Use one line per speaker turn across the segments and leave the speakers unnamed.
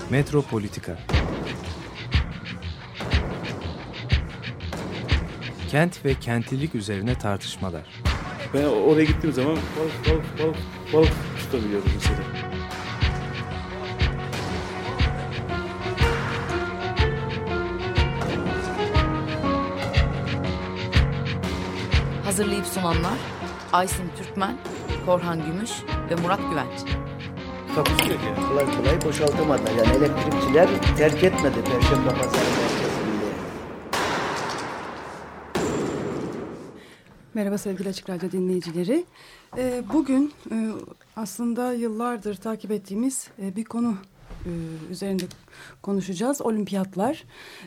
Metropolitika. Kent ve kentlilik üzerine tartışmalar.
Ben oraya gittiğim zaman balık tutabiliyordum mesela.
Hazırlayıp sunanlar Aysin Türkmen, Korhan Gümüş ve Murat Güvenç.
Takusuyor ki.
Kolay boşaltamadılar. Yani elektrikçiler terk etmedi Perşembe Pazarı merkezinde.
Merhaba sevgili Açık Radyo dinleyicileri. Bugün aslında yıllardır takip ettiğimiz bir konu üzerinde konuşacağız. Olimpiyatlar.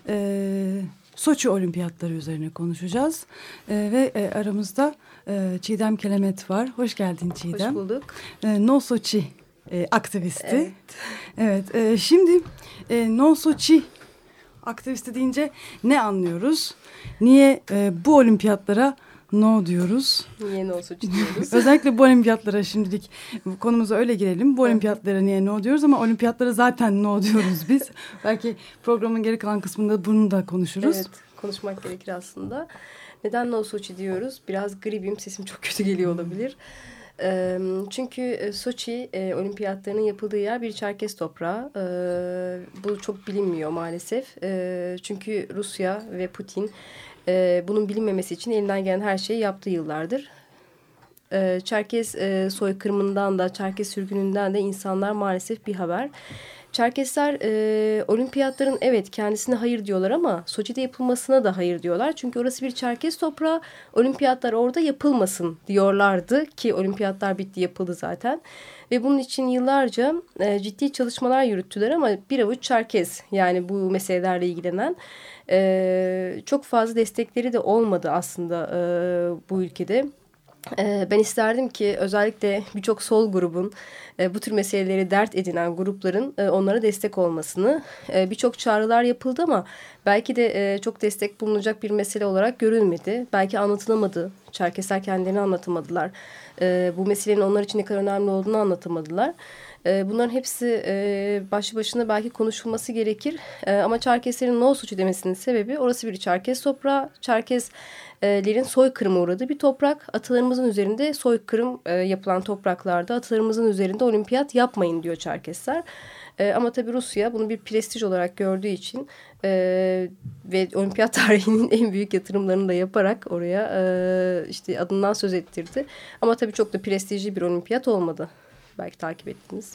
Soçi Olimpiyatları üzerine konuşacağız. Ve aramızda Çiğdem Kelemet var. Hoş geldin Çiğdem.
Hoş bulduk.
No Soçi aktivisti. Evet. Şimdi No Soçi aktivisti deyince ne anlıyoruz? Niye bu olimpiyatlara no diyoruz?
Niye no Soçi diyoruz?
Özellikle bu olimpiyatlara şimdilik konumuza öyle girelim. Bu olimpiyatlara niye no diyoruz ama olimpiyatlara zaten no diyoruz biz. Belki programın geri kalan kısmında bunu da konuşuruz.
Evet, konuşmak gerekir aslında. Neden no Soçi diyoruz? Biraz gribim, sesim çok kötü geliyor olabilir. Çünkü Soçi olimpiyatlarının yapıldığı yer bir Çerkes toprağı. Bu çok bilinmiyor maalesef. Çünkü Rusya ve Putin bunun bilinmemesi için elinden gelen her şeyi yaptığı yıllardır. Çerkes soykırımından da, Çerkes sürgününden de insanlar maalesef bir haber. Çerkesler olimpiyatların evet kendisine hayır diyorlar ama Soçi'de yapılmasına da hayır diyorlar. Çünkü orası bir Çerkes toprağı, olimpiyatlar orada yapılmasın diyorlardı ki olimpiyatlar bitti, yapıldı zaten. Ve bunun için yıllarca ciddi çalışmalar yürüttüler ama bir avuç Çerkes, yani bu meselelerle ilgilenen çok fazla destekleri de olmadı aslında bu ülkede. Ben isterdim ki özellikle birçok sol grubun, bu tür meseleleri dert edinen grupların onlara destek olmasını, birçok çağrılar yapıldı ama belki de çok destek bulunacak bir mesele olarak görülmedi. Belki anlatılamadı. Çerkesler kendilerini anlatamadılar. Bu meselenin onlar için ne kadar önemli olduğunu anlatamadılar. Bunların hepsi başlı başına belki konuşulması gerekir. Ama Çerkeslerin no Soçi demesinin sebebi orası bir Çerkes toprağı. Çerkeslerin soykırıma uğradığı bir toprak. Atalarımızın üzerinde soykırım yapılan topraklarda atalarımızın üzerinde olimpiyat yapmayın diyor Çerkesler. Ama tabii Rusya bunu bir prestij olarak gördüğü için ve olimpiyat tarihinin en büyük yatırımlarını da yaparak oraya işte adından söz ettirdi. Ama tabii çok da prestijli bir olimpiyat olmadı. Belki takip ettiniz.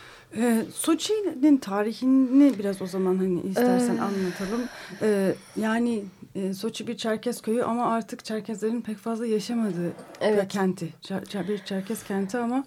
Soçi'nin tarihini biraz o zaman hani istersen anlatalım. Yani Soçi bir Çerkes köyü ama artık Çerkezlerin pek fazla yaşamadığı kenti. Bir Çerkes kenti ama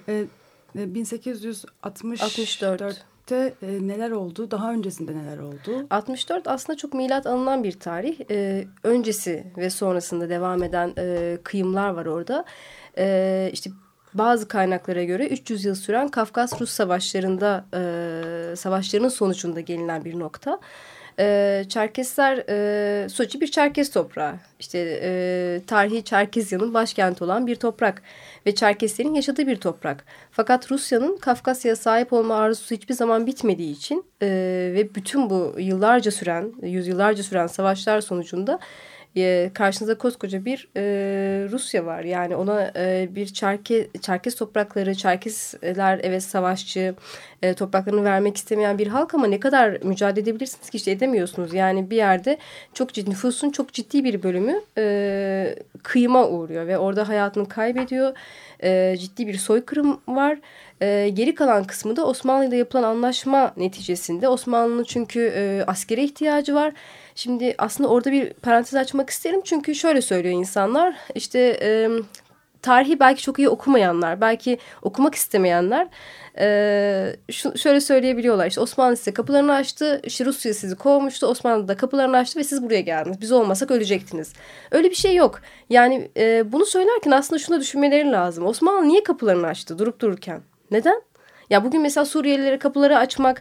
1864'te neler oldu? Daha öncesinde neler oldu?
64 aslında çok milat alınan bir tarih. Öncesi ve sonrasında devam eden kıyımlar var orada. İşte bazı kaynaklara göre 300 yıl süren Kafkas-Rus savaşlarının sonucunda gelinen bir nokta. Çerkesler, Soçi bir Çerkes toprağı. İşte tarihi Çerkezya'nın başkenti olan bir toprak ve Çerkeslerin yaşadığı bir toprak. Fakat Rusya'nın Kafkasya'ya sahip olma arzusu hiçbir zaman bitmediği için ve bütün bu yüzyıllarca süren savaşlar sonucunda karşınızda koskoca bir Rusya var. Yani ona bir Çerkes toprakları, Çerkesler evet savaşçı, topraklarını vermek istemeyen bir halk ama ne kadar mücadele edebilirsiniz ki, işte edemiyorsunuz. Yani bir yerde nüfusun çok ciddi bir bölümü kıyıma uğruyor ve orada hayatını kaybediyor. Ciddi bir soykırım var. Geri kalan kısmı da Osmanlı ile yapılan anlaşma neticesinde. Osmanlı'nın çünkü askere ihtiyacı var. Şimdi aslında orada bir parantez açmak isterim. Çünkü şöyle söylüyor insanlar. İşte tarihi belki çok iyi okumayanlar, belki okumak istemeyenler şöyle söyleyebiliyorlar. İşte Osmanlı size kapılarını açtı, işte Rusya sizi kovmuştu, Osmanlı da kapılarını açtı ve siz buraya geldiniz. Biz olmasak ölecektiniz. Öyle bir şey yok. Yani bunu söylerken aslında şunu düşünmeleri lazım. Osmanlı niye kapılarını açtı durup dururken? Neden? Ya bugün mesela Suriyelilere kapıları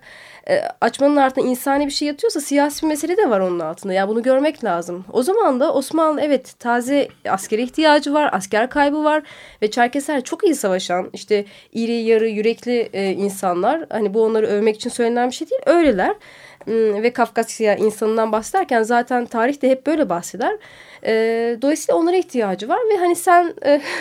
açmanın altında insani bir şey yatıyorsa siyasi bir mesele de var onun altında. Ya bunu görmek lazım. O zaman da Osmanlı evet taze askere ihtiyacı var, asker kaybı var ve Çerkesler çok iyi savaşan, işte iri yarı yürekli insanlar. Hani bu onları övmek için söylenen bir şey değil, öyleler. Ve Kafkasya insanından bahsederken zaten tarih de hep böyle bahseder. Dolayısıyla onlara ihtiyacı var ve hani sen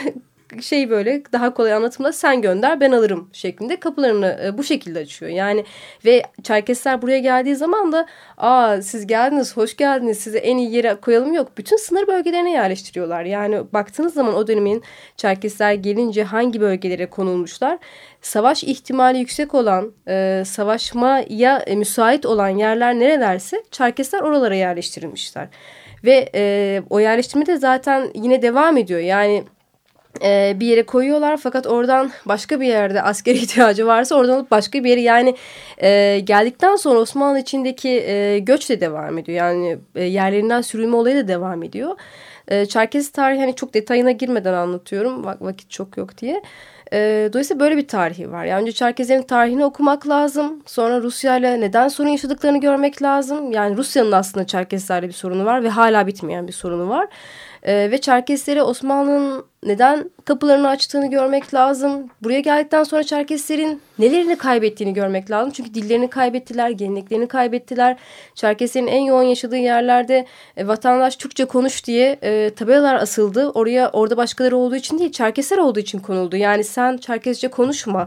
böyle daha kolay anlatımla sen gönder ben alırım şeklinde kapılarını bu şekilde açıyor. Yani ve Çerkesler buraya geldiği zaman da siz geldiniz, hoş geldiniz, size en iyi yere koyalım yok. Bütün sınır bölgelerine yerleştiriyorlar. Yani baktığınız zaman o dönemin Çerkesler gelince hangi bölgelere konulmuşlar? Savaş ihtimali yüksek olan, savaşmaya müsait olan yerler nerelerse Çerkesler oralara yerleştirilmişler. Ve o yerleştirme de zaten yine devam ediyor. Yani bir yere koyuyorlar fakat oradan başka bir yerde askeri ihtiyacı varsa oradan alıp başka bir yere yani geldikten sonra Osmanlı içindeki göç de devam ediyor. Yani yerlerinden sürülme olayı da devam ediyor. Çerkes tarihi hani çok detayına girmeden anlatıyorum vakit çok yok diye. Dolayısıyla böyle bir tarihi var. Yani önce Çerkezlerin tarihini okumak lazım. Sonra Rusya ile neden sorun yaşadıklarını görmek lazım. Yani Rusya'nın aslında Çerkezlerle bir sorunu var ve hala bitmeyen bir sorunu var. Ve Çerkeslere Osmanlı'nın neden kapılarını açtığını görmek lazım. Buraya geldikten sonra Çerkeslerin nelerini kaybettiğini görmek lazım. Çünkü dillerini kaybettiler, geleneklerini kaybettiler. Çerkeslerin en yoğun yaşadığı yerlerde vatandaş Türkçe konuş diye tabelalar asıldı. Orada başkaları olduğu için değil, Çerkesler olduğu için konuldu. Yani sen Çerkesçe konuşma,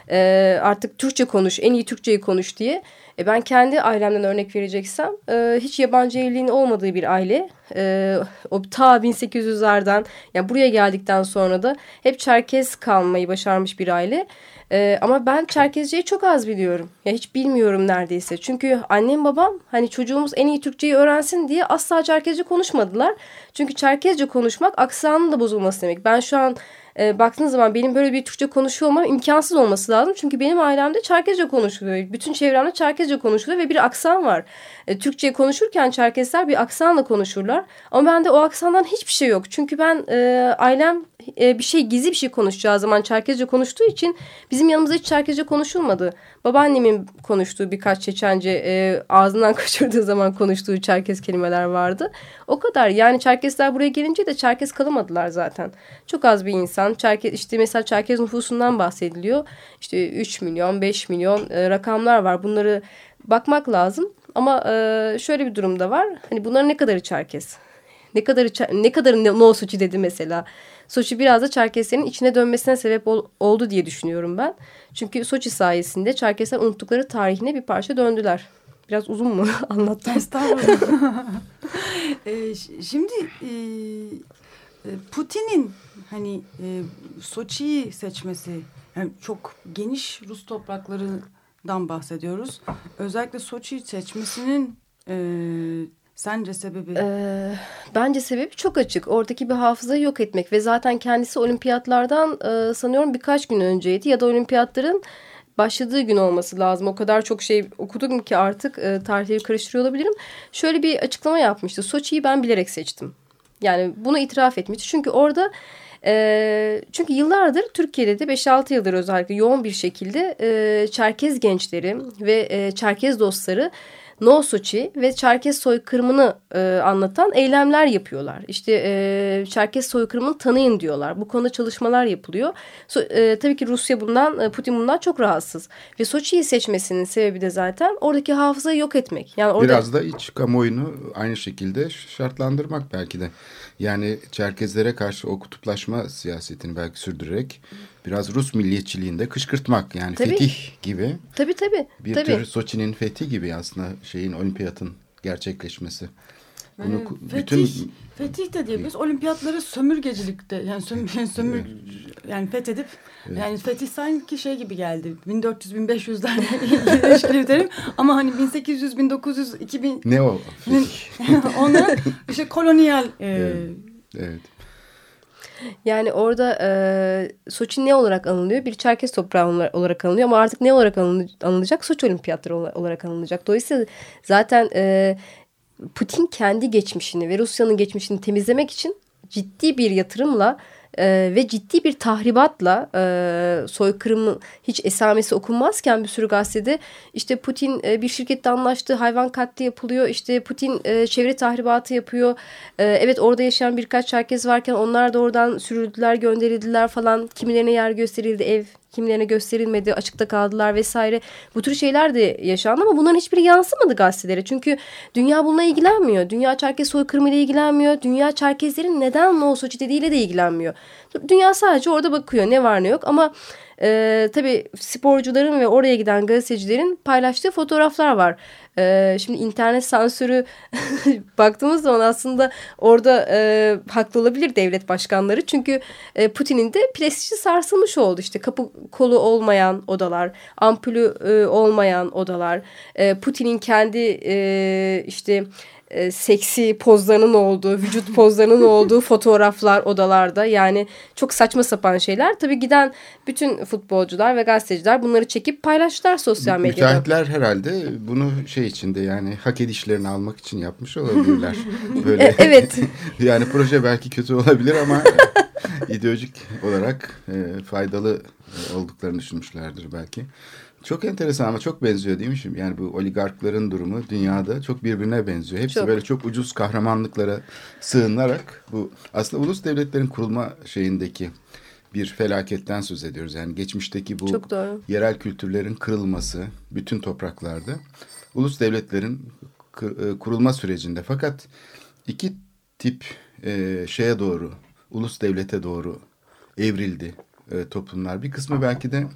artık Türkçe konuş, en iyi Türkçeyi konuş diye. Ben kendi ailemden örnek vereceksem hiç yabancı evliliğin olmadığı bir aile. O ta 1800'lerden yani buraya geldikten sonra da hep Çerkez kalmayı başarmış bir aile. Ama ben Çerkezceyi çok az biliyorum. Ya hiç bilmiyorum neredeyse. Çünkü annem babam hani çocuğumuz en iyi Türkçeyi öğrensin diye asla Çerkezce konuşmadılar. Çünkü Çerkezce konuşmak aksanın da bozulması demek. Ben şu an baktığınız zaman benim böyle bir Türkçe konuşuyor olmam imkansız olması lazım. Çünkü benim ailemde Çerkezce konuşuluyor. Bütün çevremde Çerkezce konuşuluyor ve bir aksan var. Türkçe konuşurken Çerkesler bir aksanla konuşurlar. Ama bende o aksandan hiçbir şey yok. Çünkü ben ailem gizli bir şey konuşacağı zaman Çerkezce konuştuğu için bizim yanımızda hiç Çerkezce konuşulmadı. Babaannemin konuştuğu birkaç Çeçence ağzından kaçırdığı zaman konuştuğu Çerkez kelimeler vardı. O kadar. Yani Çerkesler buraya gelince de Çerkez kalamadılar zaten. Çok az bir insan. İşte mesela Çerkez nüfusundan bahsediliyor. İşte 3 milyon, 5 milyon rakamlar var. Bunları bakmak lazım. Ama şöyle bir durum da var. Hani bunların ne kadarı Çerkez? Ne kadarı No Soçi dedi mesela. Soçi biraz da Çerkeslerin içine dönmesine sebep oldu diye düşünüyorum ben. Çünkü Soçi sayesinde Çerkesler unuttukları tarihine bir parça döndüler. Biraz uzun mu anlattım?
Estağfurullah. Şimdi Putin'in hani Soçi'yi seçmesi, yani çok geniş Rus topraklarından bahsediyoruz. Özellikle Soçi'yi seçmesinin sence sebebi?
Bence sebebi çok açık. Oradaki bir hafızayı yok etmek ve zaten kendisi olimpiyatlardan sanıyorum birkaç gün önceydi ya da olimpiyatların başladığı gün olması lazım. O kadar çok şey okudum ki artık tarihleri karıştırıyor olabilirim. Şöyle bir açıklama yapmıştı. Soçi'yi ben bilerek seçtim. Yani bunu itiraf etmişti. Çünkü orada çünkü yıllardır Türkiye'de de 5-6 yıldır özellikle yoğun bir şekilde Çerkez gençleri ve Çerkez dostları No Soçi ve Çerkez soykırımını anlatan eylemler yapıyorlar. İşte Çerkez soykırımını tanıyın diyorlar. Bu konuda çalışmalar yapılıyor. Tabii ki Putin bundan çok rahatsız. Ve Soçi'yi seçmesinin sebebi de zaten oradaki hafızayı yok etmek. Yani orada...
Biraz da iç kamuoyunu aynı şekilde şartlandırmak belki de. Yani Çerkezlere karşı o kutuplaşma siyasetini belki sürdürerek biraz Rus milliyetçiliğinde kışkırtmak. Yani tabii. Fetih gibi.
Tabii.
Bir tür Soçi'nin fethi gibi aslında olimpiyatın gerçekleşmesi. Bunu
Fetih de diyebiliriz. Olimpiyatları sömürgecilikte yani yani fethedip yani fetih sanki şey gibi geldi. 1400-1500'lerde ilişkili terim ama hani 1800, 1900, 2000
ne o fetih?
Onların işte kolonyal
evet.
Yani orada Soçi ne olarak anılıyor? Bir Çerkez toprağı olarak anılıyor ama artık ne olarak anılacak? Soçi olimpiyatları olarak anılacak. Dolayısıyla zaten Putin kendi geçmişini ve Rusya'nın geçmişini temizlemek için ciddi bir yatırımla Ve ciddi bir tahribatla soykırımın hiç esamesi okunmazken bir sürü gazetede işte Putin bir şirkette anlaştı, hayvan katli yapılıyor, işte Putin çevre tahribatı yapıyor. Evet, orada yaşayan birkaç Çerkez varken onlar da oradan sürüldüler, gönderildiler falan. Kimilerine yer gösterildi, ev, kimilerine gösterilmedi, açıkta kaldılar vesaire. Bu tür şeyler de yaşandı ama bunların hiçbiri yansımadı gazetelere. Çünkü dünya bununla ilgilenmiyor. Dünya Çerkez soykırımı ile ilgilenmiyor. Dünya Çerkezlerin neden No Soçi dediğiyle de ilgilenmiyor. Dünya sadece orada bakıyor, ne var ne yok, ama tabii sporcuların ve oraya giden gazetecilerin paylaştığı fotoğraflar var. Şimdi internet sansürü baktığımız zaman aslında orada haklı olabilir devlet başkanları. Çünkü Putin'in de prestiji sarsılmış oldu. İşte kapı kolu olmayan odalar, ampulü olmayan odalar, Putin'in kendi işte seksi pozlarının olduğu, vücut pozlarının olduğu fotoğraflar odalarda. Yani çok saçma sapan şeyler. Tabii giden bütün futbolcular ve gazeteciler bunları çekip paylaştılar sosyal medyada.
Müteahhitler herhalde bunu şey içinde, yani hak edişlerini almak için yapmış olabilirler. Böyle.
Evet.
Yani proje belki kötü olabilir ama ideolojik olarak faydalı olduklarını düşünmüşlerdir belki. Çok enteresan ama çok benziyor değil mi şimdi? Yani bu oligarkların durumu dünyada çok birbirine benziyor. Hepsi böyle çok ucuz kahramanlıklara sığınarak, bu aslında ulus devletlerin kurulma şeyindeki bir felaketten söz ediyoruz. Yani geçmişteki bu yerel kültürlerin kırılması bütün topraklarda, ulus devletlerin kurulma sürecinde. Fakat iki tip şeye doğru, ulus devlete doğru evrildi toplumlar. Bir kısmı belki de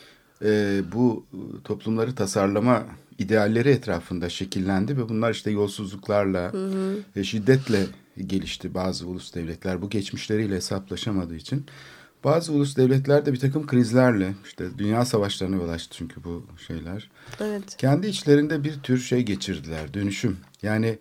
bu toplumları tasarlama idealleri etrafında şekillendi ve bunlar işte yolsuzluklarla, şiddetle gelişti bazı ulus devletler. Bu geçmişleriyle hesaplaşamadığı için bazı ulus devletler de bir takım krizlerle, işte dünya savaşlarına yol açtı çünkü bu şeyler.
Evet.
Kendi içlerinde bir tür şey geçirdiler, dönüşüm. Yani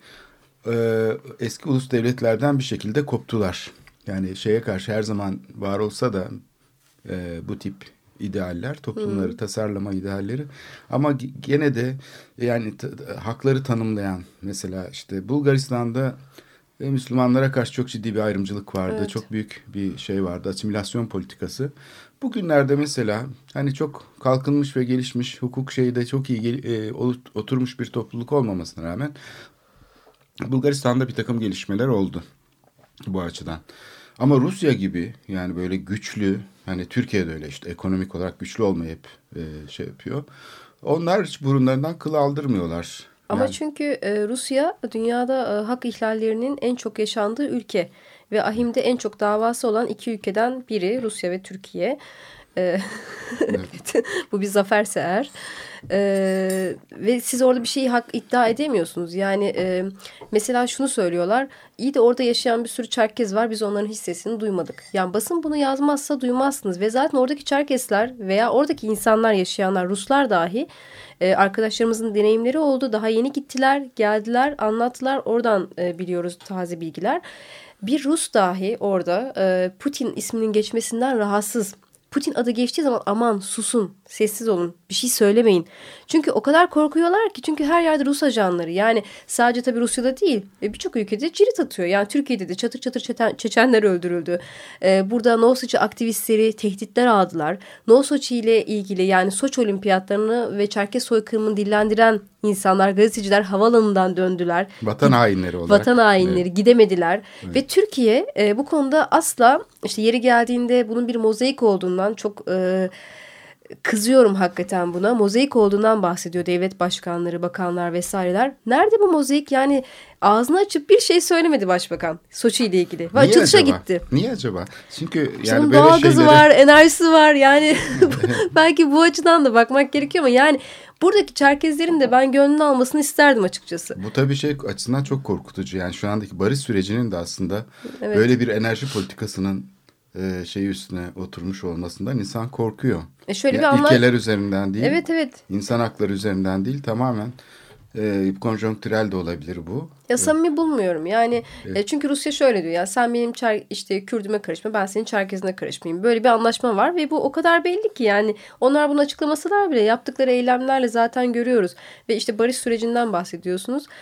eski ulus devletlerden bir şekilde koptular. Yani şeye karşı her zaman var olsa da bu tip idealler, toplumları tasarlama idealleri, ama gene de yani hakları tanımlayan, mesela işte Bulgaristan'da Müslümanlara karşı çok ciddi bir ayrımcılık vardı. Evet. Çok büyük bir şey vardı, asimilasyon politikası. Bugünlerde mesela hani çok kalkınmış ve gelişmiş, hukuk şeyi de çok iyi oturmuş bir topluluk olmamasına rağmen Bulgaristan'da bir takım gelişmeler oldu bu açıdan. Ama Rusya gibi, yani böyle güçlü, hani Türkiye'de öyle işte ekonomik olarak güçlü olmayı hep şey yapıyor. Onlar hiç burunlarından kıl aldırmıyorlar.
Ama
yani,
çünkü Rusya dünyada hak ihlallerinin en çok yaşandığı ülke ve ahimde en çok davası olan iki ülkeden biri Rusya ve Türkiye. Evet. Bu bir zaferse eğer. Ve siz orada bir şeyi iddia edemiyorsunuz. Yani mesela şunu söylüyorlar. İyi de orada yaşayan bir sürü Çerkez var. Biz onların hiç sesini duymadık. Yani basın bunu yazmazsa duymazsınız. Ve zaten oradaki Çerkesler veya oradaki insanlar, yaşayanlar, Ruslar dahi arkadaşlarımızın deneyimleri oldu. Daha yeni gittiler, geldiler, anlattılar. Oradan biliyoruz taze bilgiler. Bir Rus dahi orada Putin isminin geçmesinden rahatsız. Putin adı geçtiği zaman aman susun, sessiz olun, bir şey söylemeyin. Çünkü o kadar korkuyorlar ki, çünkü her yerde Rus ajanları, yani sadece tabii Rusya'da değil, birçok ülkede cirit atıyor. Yani Türkiye'de de çatır çatır Çeçenler öldürüldü. Burada No Soçi aktivistleri tehditler aldılar. No Soçi ile ilgili, yani Soçi olimpiyatlarını ve Çerkez soykırımını dillendiren insanlar, gazeteciler havaalanından döndüler.
Vatan hainleri olarak.
Vatan hainleri, evet. Gidemediler. Evet. Ve Türkiye bu konuda asla, işte yeri geldiğinde bunun bir mozaik olduğundan çok kızıyorum hakikaten buna. Mozaik olduğundan bahsediyor devlet başkanları, bakanlar vesaireler. Nerede bu mozaik? Yani ağzını açıp bir şey söylemedi başbakan Soçi ile ilgili. Açılışa gitti.
Niye acaba? Çünkü yani
şimdi
böyle
doğalgazı şeyleri var, enerjisi var. Yani belki bu açıdan da bakmak gerekiyor ama yani buradaki Çerkezlerin de ben gönlünü almasını isterdim açıkçası.
Bu tabii şey açısından çok korkutucu. Yani şu andaki barış sürecinin de aslında evet, böyle bir enerji politikasının şeyi üstüne oturmuş olmasından insan korkuyor.
Şöyle
yani
bir
ilkeler üzerinden değil,
evet.
İnsan hakları üzerinden değil, tamamen konjonktürel de olabilir bu.
Ya samimi bulmuyorum yani, evet. Çünkü Rusya şöyle diyor ya, sen benim işte Kürdüme karışma, ben senin Çerkezine karışmayayım. Böyle bir anlaşma var ve bu o kadar belli ki, yani onlar bunu açıklamasalar bile yaptıkları eylemlerle zaten görüyoruz. Ve işte barış sürecinden bahsediyorsunuz.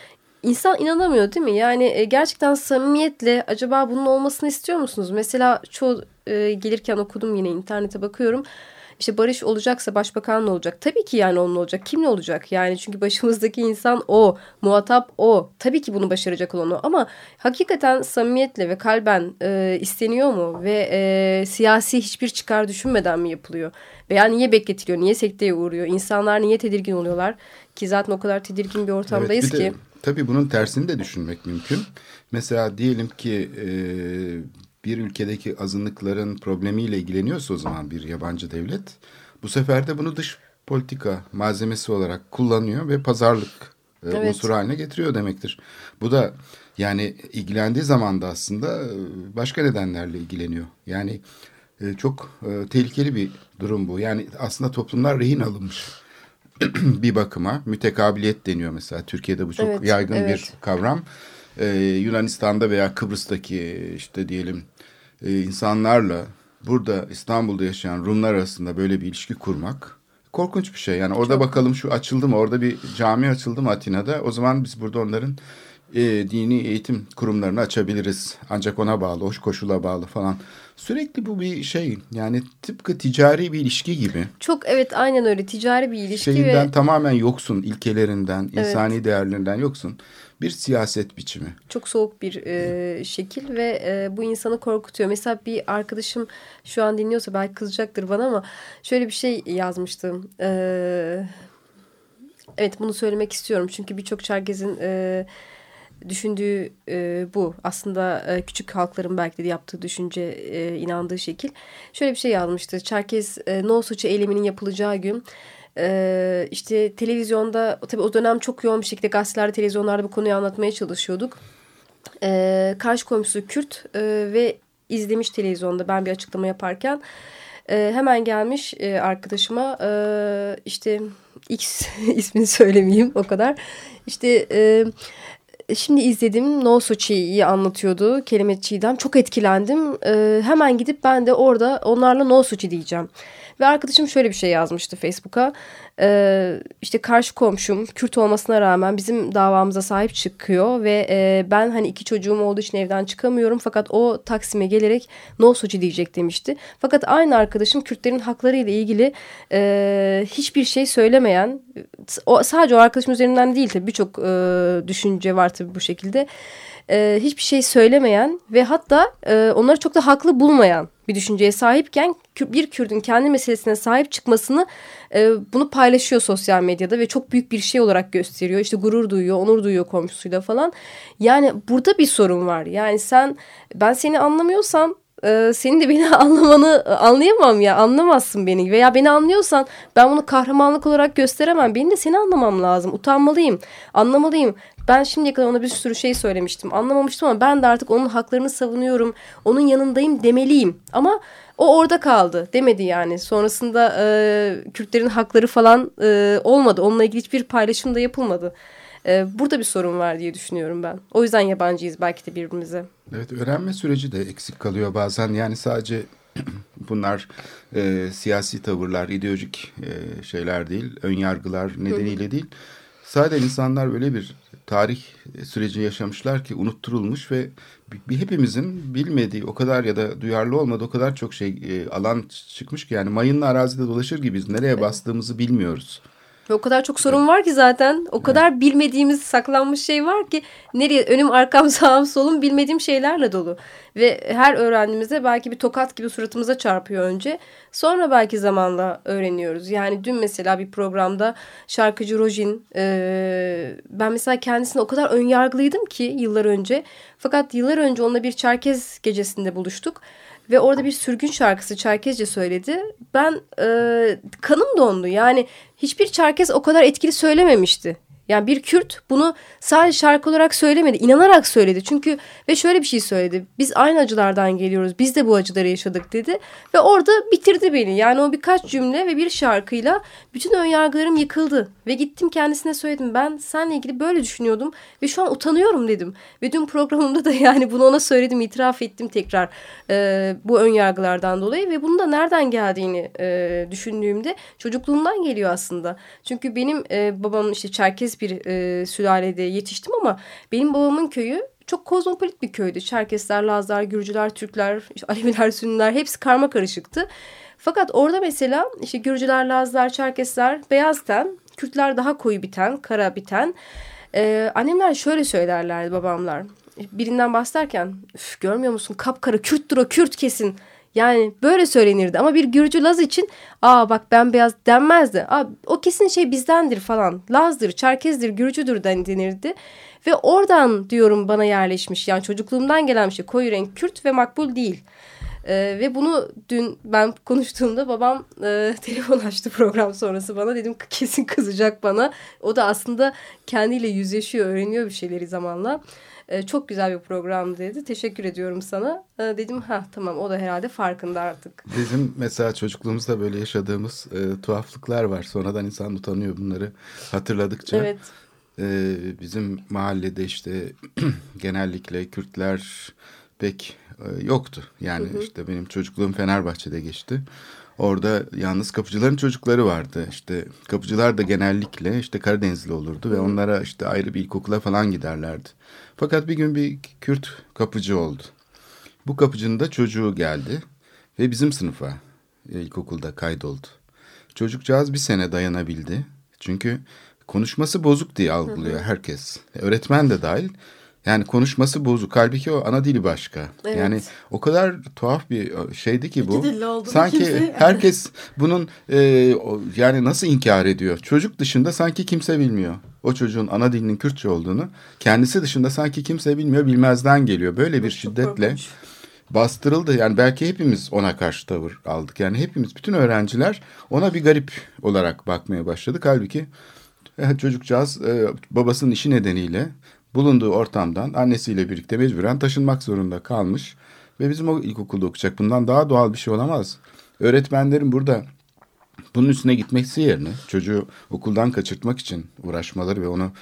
insan inanamıyor değil mi? Yani gerçekten samimiyetle acaba bunun olmasını istiyor musunuz? Mesela çoğu gelirken okudum, yine internete bakıyorum. İşte barış olacaksa başbakan ne olacak? Tabii ki yani onun olacak. Kimle olacak? Yani çünkü başımızdaki insan o. Muhatap o. Tabii ki bunu başaracak olan o. Ama hakikaten samimiyetle ve kalben isteniyor mu? Ve siyasi hiçbir çıkar düşünmeden mi yapılıyor? Veya niye bekletiliyor? Niye sekteye uğruyor? İnsanlar niye tedirgin oluyorlar? Ki zaten o kadar tedirgin bir ortamdayız
evet,
ki.
Tabii bunun tersini de düşünmek mümkün. Mesela diyelim ki bir ülkedeki azınlıkların problemiyle ilgileniyorsa o zaman bir yabancı devlet, bu sefer de bunu dış politika malzemesi olarak kullanıyor ve pazarlık unsuru haline getiriyor demektir. Bu da yani ilgilendiği zaman da aslında başka nedenlerle ilgileniyor. Yani çok tehlikeli bir durum bu. Yani aslında toplumlar rehin alınmış. Bir bakıma mütekabiliyet deniyor mesela. Türkiye'de bu çok yaygın bir kavram. Yunanistan'da veya Kıbrıs'taki işte diyelim insanlarla burada İstanbul'da yaşayan Rumlar arasında böyle bir ilişki kurmak korkunç bir şey. Yani orada bakalım şu açıldı mı? Orada bir cami açıldı mı Atina'da? O zaman biz burada onların dini eğitim kurumlarını açabiliriz. Ancak ona bağlı, o koşula bağlı falan. Sürekli bu bir şey, yani tıpkı ticari bir ilişki gibi.
Çok aynen öyle, ticari bir ilişki.
Şeyinden tamamen yoksun, ilkelerinden, insani değerlerinden yoksun. Bir siyaset biçimi.
Çok soğuk bir şekil ve bu insanı korkutuyor. Mesela bir arkadaşım şu an dinliyorsa belki kızacaktır bana ama şöyle bir şey yazmıştım. Evet, bunu söylemek istiyorum çünkü birçok Çerkez'in düşündüğü bu. Aslında küçük halkların belki de yaptığı düşünce, inandığı şekil. Şöyle bir şey yazmıştı. Çerkez No Soçi eyleminin yapılacağı gün işte televizyonda, tabii o dönem çok yoğun bir şekilde gazetelerde, televizyonlarda bu konuyu anlatmaya çalışıyorduk. Karşı komşusu Kürt ve izlemiş televizyonda ben bir açıklama yaparken. Hemen gelmiş arkadaşıma işte X ismini söylemeyeyim o kadar. İşte şimdi izledim, No Soçi'yi anlatıyordu Kelime Çiğdem. Çok etkilendim. Hemen gidip ben de orada onlarla No Soçi diyeceğim. Ve arkadaşım şöyle bir şey yazmıştı Facebook'a. İşte karşı komşum Kürt olmasına rağmen bizim davamıza sahip çıkıyor ve ben hani 2 çocuğum olduğu için evden çıkamıyorum. Fakat o Taksim'e gelerek No Soçi diyecek demişti. Fakat aynı arkadaşım Kürtlerin hakları ile ilgili hiçbir şey söylemeyen, sadece o arkadaşım üzerinden değil tabii, birçok düşünce var tabii bu şekilde. Hiçbir şey söylemeyen ve hatta onları çok da haklı bulmayan bir düşünceye sahipken bir Kürt'ün kendi meselesine sahip çıkmasını, bunu paylaşıyor sosyal medyada ve çok büyük bir şey olarak gösteriyor. İşte gurur duyuyor, onur duyuyor komşusuyla falan. Yani burada bir sorun var. Yani ben seni anlamıyorsam senin de beni anlayamam ya, anlamazsın beni. Veya beni anlıyorsan ben bunu kahramanlık olarak gösteremem. Benim de seni anlamam lazım. Utanmalıyım, anlamalıyım. Ben şimdiye kadar ona bir sürü şey söylemiştim. Anlamamıştım ama ben de artık onun haklarını savunuyorum. Onun yanındayım demeliyim. Ama o orada kaldı demedi yani. Sonrasında Kürtlerin hakları falan olmadı. Onunla ilgili hiçbir paylaşım da yapılmadı. Burada bir sorun var diye düşünüyorum ben. O yüzden yabancıyız belki de birbirimize.
Evet, öğrenme süreci de eksik kalıyor bazen. Yani sadece bunlar siyasi tavırlar, ideolojik şeyler değil, önyargılar nedeniyle değil. Sadece insanlar böyle bir tarih süreci yaşamışlar ki unutturulmuş ve hepimizin bilmediği o kadar ya da duyarlı olmadığı o kadar çok alan çıkmış ki yani mayınlı arazide dolaşır gibiyiz. Nereye bastığımızı bilmiyoruz.
O kadar çok sorun var ki zaten. O kadar bilmediğimiz, saklanmış şey var ki nereye, önüm arkam sağım solum bilmediğim şeylerle dolu. Ve her öğrendiğimizde belki bir tokat gibi suratımıza çarpıyor önce. Sonra belki zamanla öğreniyoruz. Yani dün mesela bir programda şarkıcı Rojin, ben mesela kendisine o kadar önyargılıydım ki yıllar önce. Fakat yıllar önce onunla bir Çerkez gecesinde buluştuk. Ve orada bir sürgün şarkısı Çerkezce söyledi. Ben kanım dondu. Yani hiçbir Çerkez o kadar etkili söylememişti. Yani bir Kürt bunu sadece şarkı olarak söylemedi. İnanarak söyledi. Çünkü ve şöyle bir şey söyledi. Biz aynı acılardan geliyoruz. Biz de bu acıları yaşadık dedi. Ve orada bitirdi beni. Yani o birkaç cümle ve bir şarkıyla bütün önyargılarım yıkıldı. Ve gittim kendisine söyledim. Ben seninle ilgili böyle düşünüyordum. Ve şu an utanıyorum dedim. Ve dün programımda da yani bunu ona söyledim. İtiraf ettim tekrar bu önyargılardan dolayı. Ve bunun da nereden geldiğini düşündüğümde çocukluğumdan geliyor aslında. Çünkü benim babamın işte Çerkez Çerkez bir sülalede yetiştim ama benim babamın köyü çok kozmopolit bir köydü. Çerkesler, Lazlar, Gürcüler, Türkler, işte Aleviler, Sünniler hepsi karma karışıktı. Fakat orada mesela işte Gürcüler, Lazlar, Çerkesler beyaz ten, Kürtler daha koyu bir ten, kara bir ten. Annemler şöyle söylerlerdi, babamlar. Birinden bahsederken görmüyor musun kapkara Kürttür o, Kürt kesin. Yani böyle söylenirdi ama bir Gürcü Laz için bak ben beyaz denmezdi. O kesin şey bizdendir falan. Lazdır, Çerkezdir, Gürcüdür denirdi. Ve oradan diyorum bana yerleşmiş. Yani çocukluğumdan gelen bir şey. Koyu renk Kürt ve makbul değil. Ve bunu dün ben konuştuğumda babam telefon açtı program sonrası bana. Dedim kesin kızacak bana. O da aslında kendiyle yüzleşiyor, öğreniyor bir şeyleri zamanla. Çok güzel bir program dedi. Teşekkür ediyorum sana. Dedim tamam, o da herhalde farkında artık.
Bizim mesela çocukluğumuzda böyle yaşadığımız tuhaflıklar var. Sonradan insan utanıyor bunları hatırladıkça.
Evet.
Bizim mahallede işte genellikle Kürtler pek yoktu. Yani işte benim çocukluğum Fenerbahçe'de geçti. Orada yalnız kapıcıların çocukları vardı. İşte kapıcılar da genellikle işte Karadenizli olurdu ve onlara işte ayrı bir ilkokula falan giderlerdi. Fakat bir gün bir Kürt kapıcı oldu. Bu kapıcının da çocuğu geldi ve bizim sınıfa ilkokulda kaydoldu. Çocukcağız bir sene dayanabildi. Çünkü konuşması bozuk diye algılıyor herkes. Öğretmen de dahil. Yani konuşması bozuk. Halbuki o ana dili başka. Evet. Yani o kadar tuhaf bir şeydi ki bu. Sanki herkes bunun yani nasıl inkar ediyor? Çocuk dışında sanki kimse bilmiyor. O çocuğun ana dilinin Kürtçe olduğunu. Kendisi dışında sanki kimse bilmiyor, bilmezden geliyor. Böyle bir şiddetle bastırıldı. Yani belki hepimiz ona karşı tavır aldık. Yani hepimiz, bütün öğrenciler ona bir garip olarak bakmaya başladık. Halbuki çocukcağız babasının işi nedeniyle bulunduğu ortamdan annesiyle birlikte mecburen taşınmak zorunda kalmış. Ve bizim o ilkokulda okuyacak. Bundan daha doğal bir şey olamaz. Öğretmenlerin burada bunun üstüne gitmesi yerine çocuğu okuldan kaçırtmak için uğraşmaları ve onu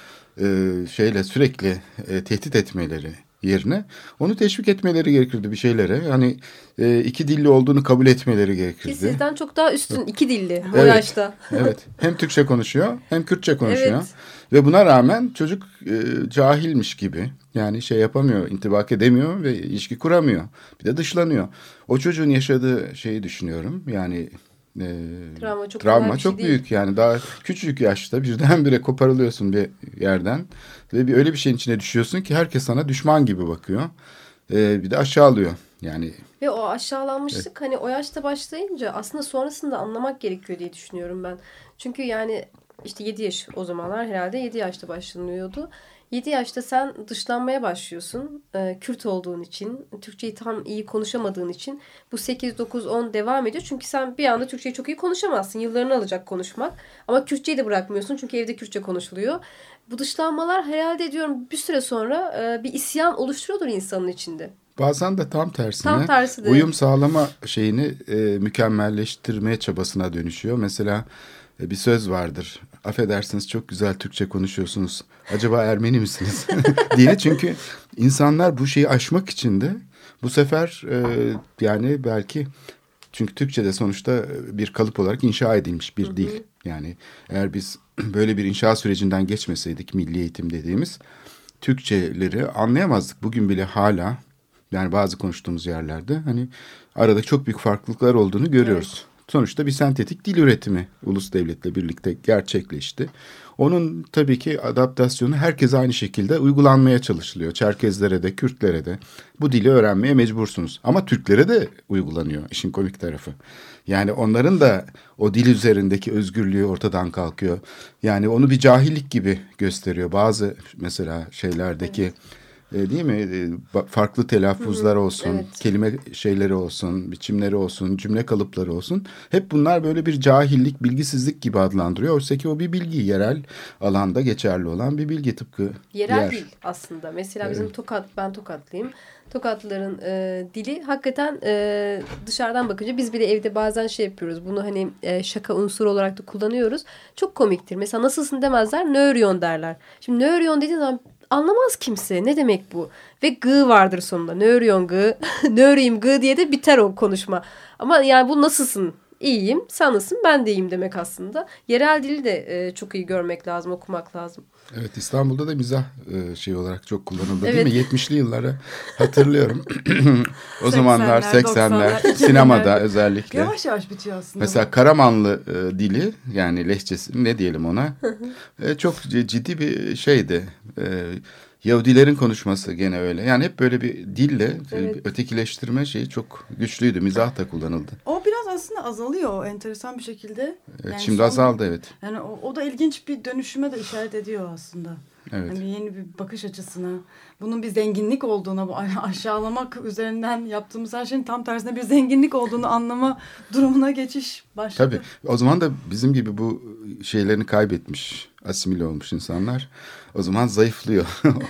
sürekli tehdit etmeleri yerine onu teşvik etmeleri gerekirdi bir şeylere. Yani iki dilli olduğunu kabul etmeleri gerekirdi.
Ki sizden çok daha üstün iki dilli o
evet,
yaşta.
Evet. Hem Türkçe konuşuyor hem Kürtçe konuşuyor.
Evet.
Ve buna rağmen çocuk cahilmiş gibi, yani şey yapamıyor, intibak edemiyor ve ilişki kuramıyor. Bir de dışlanıyor. O çocuğun yaşadığı şeyi düşünüyorum. Yani travma çok büyük. Yani daha küçücük yaşta birdenbire koparılıyorsun bir yerden ve öyle bir şeyin içine düşüyorsun ki herkes sana düşman gibi bakıyor. Bir de aşağılıyor. Yani
ve o aşağılanmışlık hani o yaşta başlayınca aslında sonrasında anlamak gerekiyor diye düşünüyorum ben. Çünkü yani işte 7 yaş o zamanlar, herhalde 7 yaşta başlanıyordu. 7 yaşta sen dışlanmaya başlıyorsun. Kürt olduğun için, Türkçeyi tam iyi konuşamadığın için bu 8, 9, 10 devam ediyor. Çünkü sen bir anda Türkçeyi çok iyi konuşamazsın. Yıllarını alacak konuşmak. Ama Kürtçeyi de bırakmıyorsun çünkü evde Kürtçe konuşuluyor. Bu dışlanmalar herhalde diyorum bir süre sonra bir isyan oluşturuyordur insanın içinde.
Bazen de tam tersine uyum sağlama şeyini mükemmelleştirmeye çabasına dönüşüyor. Mesela bir söz vardır. Affedersiniz, çok güzel Türkçe konuşuyorsunuz. Acaba Ermeni misiniz? diye. Çünkü insanlar bu şeyi aşmak için de bu sefer yani belki, çünkü Türkçe'de sonuçta bir kalıp olarak inşa edilmiş bir dil. Yani eğer biz böyle bir inşa sürecinden geçmeseydik, milli eğitim dediğimiz, Türkçeleri anlayamazdık. Bugün bile hala, yani bazı konuştuğumuz yerlerde hani arada çok büyük farklılıklar olduğunu görüyoruz. Evet. Sonuçta bir sentetik dil üretimi ulus devletle birlikte gerçekleşti. Onun tabii ki adaptasyonu herkese aynı şekilde uygulanmaya çalışılıyor. Çerkezlere de, Kürtlere de bu dili öğrenmeye mecbursunuz. Ama Türklere de uygulanıyor, işin komik tarafı. Yani onların da o dil üzerindeki özgürlüğü ortadan kalkıyor. Yani onu bir cahillik gibi gösteriyor. Bazı mesela şeylerdeki... Evet. Değil mi? Farklı telaffuzlar olsun, evet, kelime şeyleri olsun, biçimleri olsun, cümle kalıpları olsun. Hep bunlar böyle bir cahillik, bilgisizlik gibi adlandırıyor. Oysa ki o bir bilgi, yerel alanda geçerli olan bir bilgi, tıpkı
yerel dil aslında. Mesela bizim ben Tokatlıyım. Tokatlıların dili hakikaten dışarıdan bakınca, biz bile evde bazen şey yapıyoruz. Bunu hani şaka unsuru olarak da kullanıyoruz. Çok komiktir. Mesela nasılsın demezler, nööryon derler. Şimdi nööryon dediğin zaman anlamaz kimse. Ne demek bu? Ve gı vardır sonunda. Nööryon gı, nööriyim gı diye de biter o konuşma. Ama yani bu nasılsın iyiyim, sen nasılsın, ben de iyiyim demek aslında. Yerel dili de çok iyi görmek lazım, okumak lazım.
Evet, İstanbul'da da mizah şey olarak çok kullanıldı değil mi? 70'li yılları hatırlıyorum. O zamanlar 80'ler sinemada özellikle.
Yavaş yavaş bitiyor aslında.
Mesela Karamanlı dili, yani lehçesi ne diyelim ona, çok ciddi bir şeydi. Yahudilerin konuşması gene öyle. Yani hep böyle bir dille ötekileştirme şeyi çok güçlüydü. Mizah da kullanıldı.
O biraz aslında azalıyor enteresan bir şekilde.
Evet, yani şimdi azaldı, evet.
Yani o da ilginç bir dönüşüme de işaret ediyor aslında.
Evet.
Yani yeni bir bakış açısına, bunun bir zenginlik olduğuna, bu aşağılamak üzerinden yaptığımız her şeyin tam tersine bir zenginlik olduğunu anlama durumuna geçiş başladı.
Tabii. O zaman da bizim gibi bu şeylerini kaybetmiş, asimile olmuş insanlar o zaman zayıflıyor.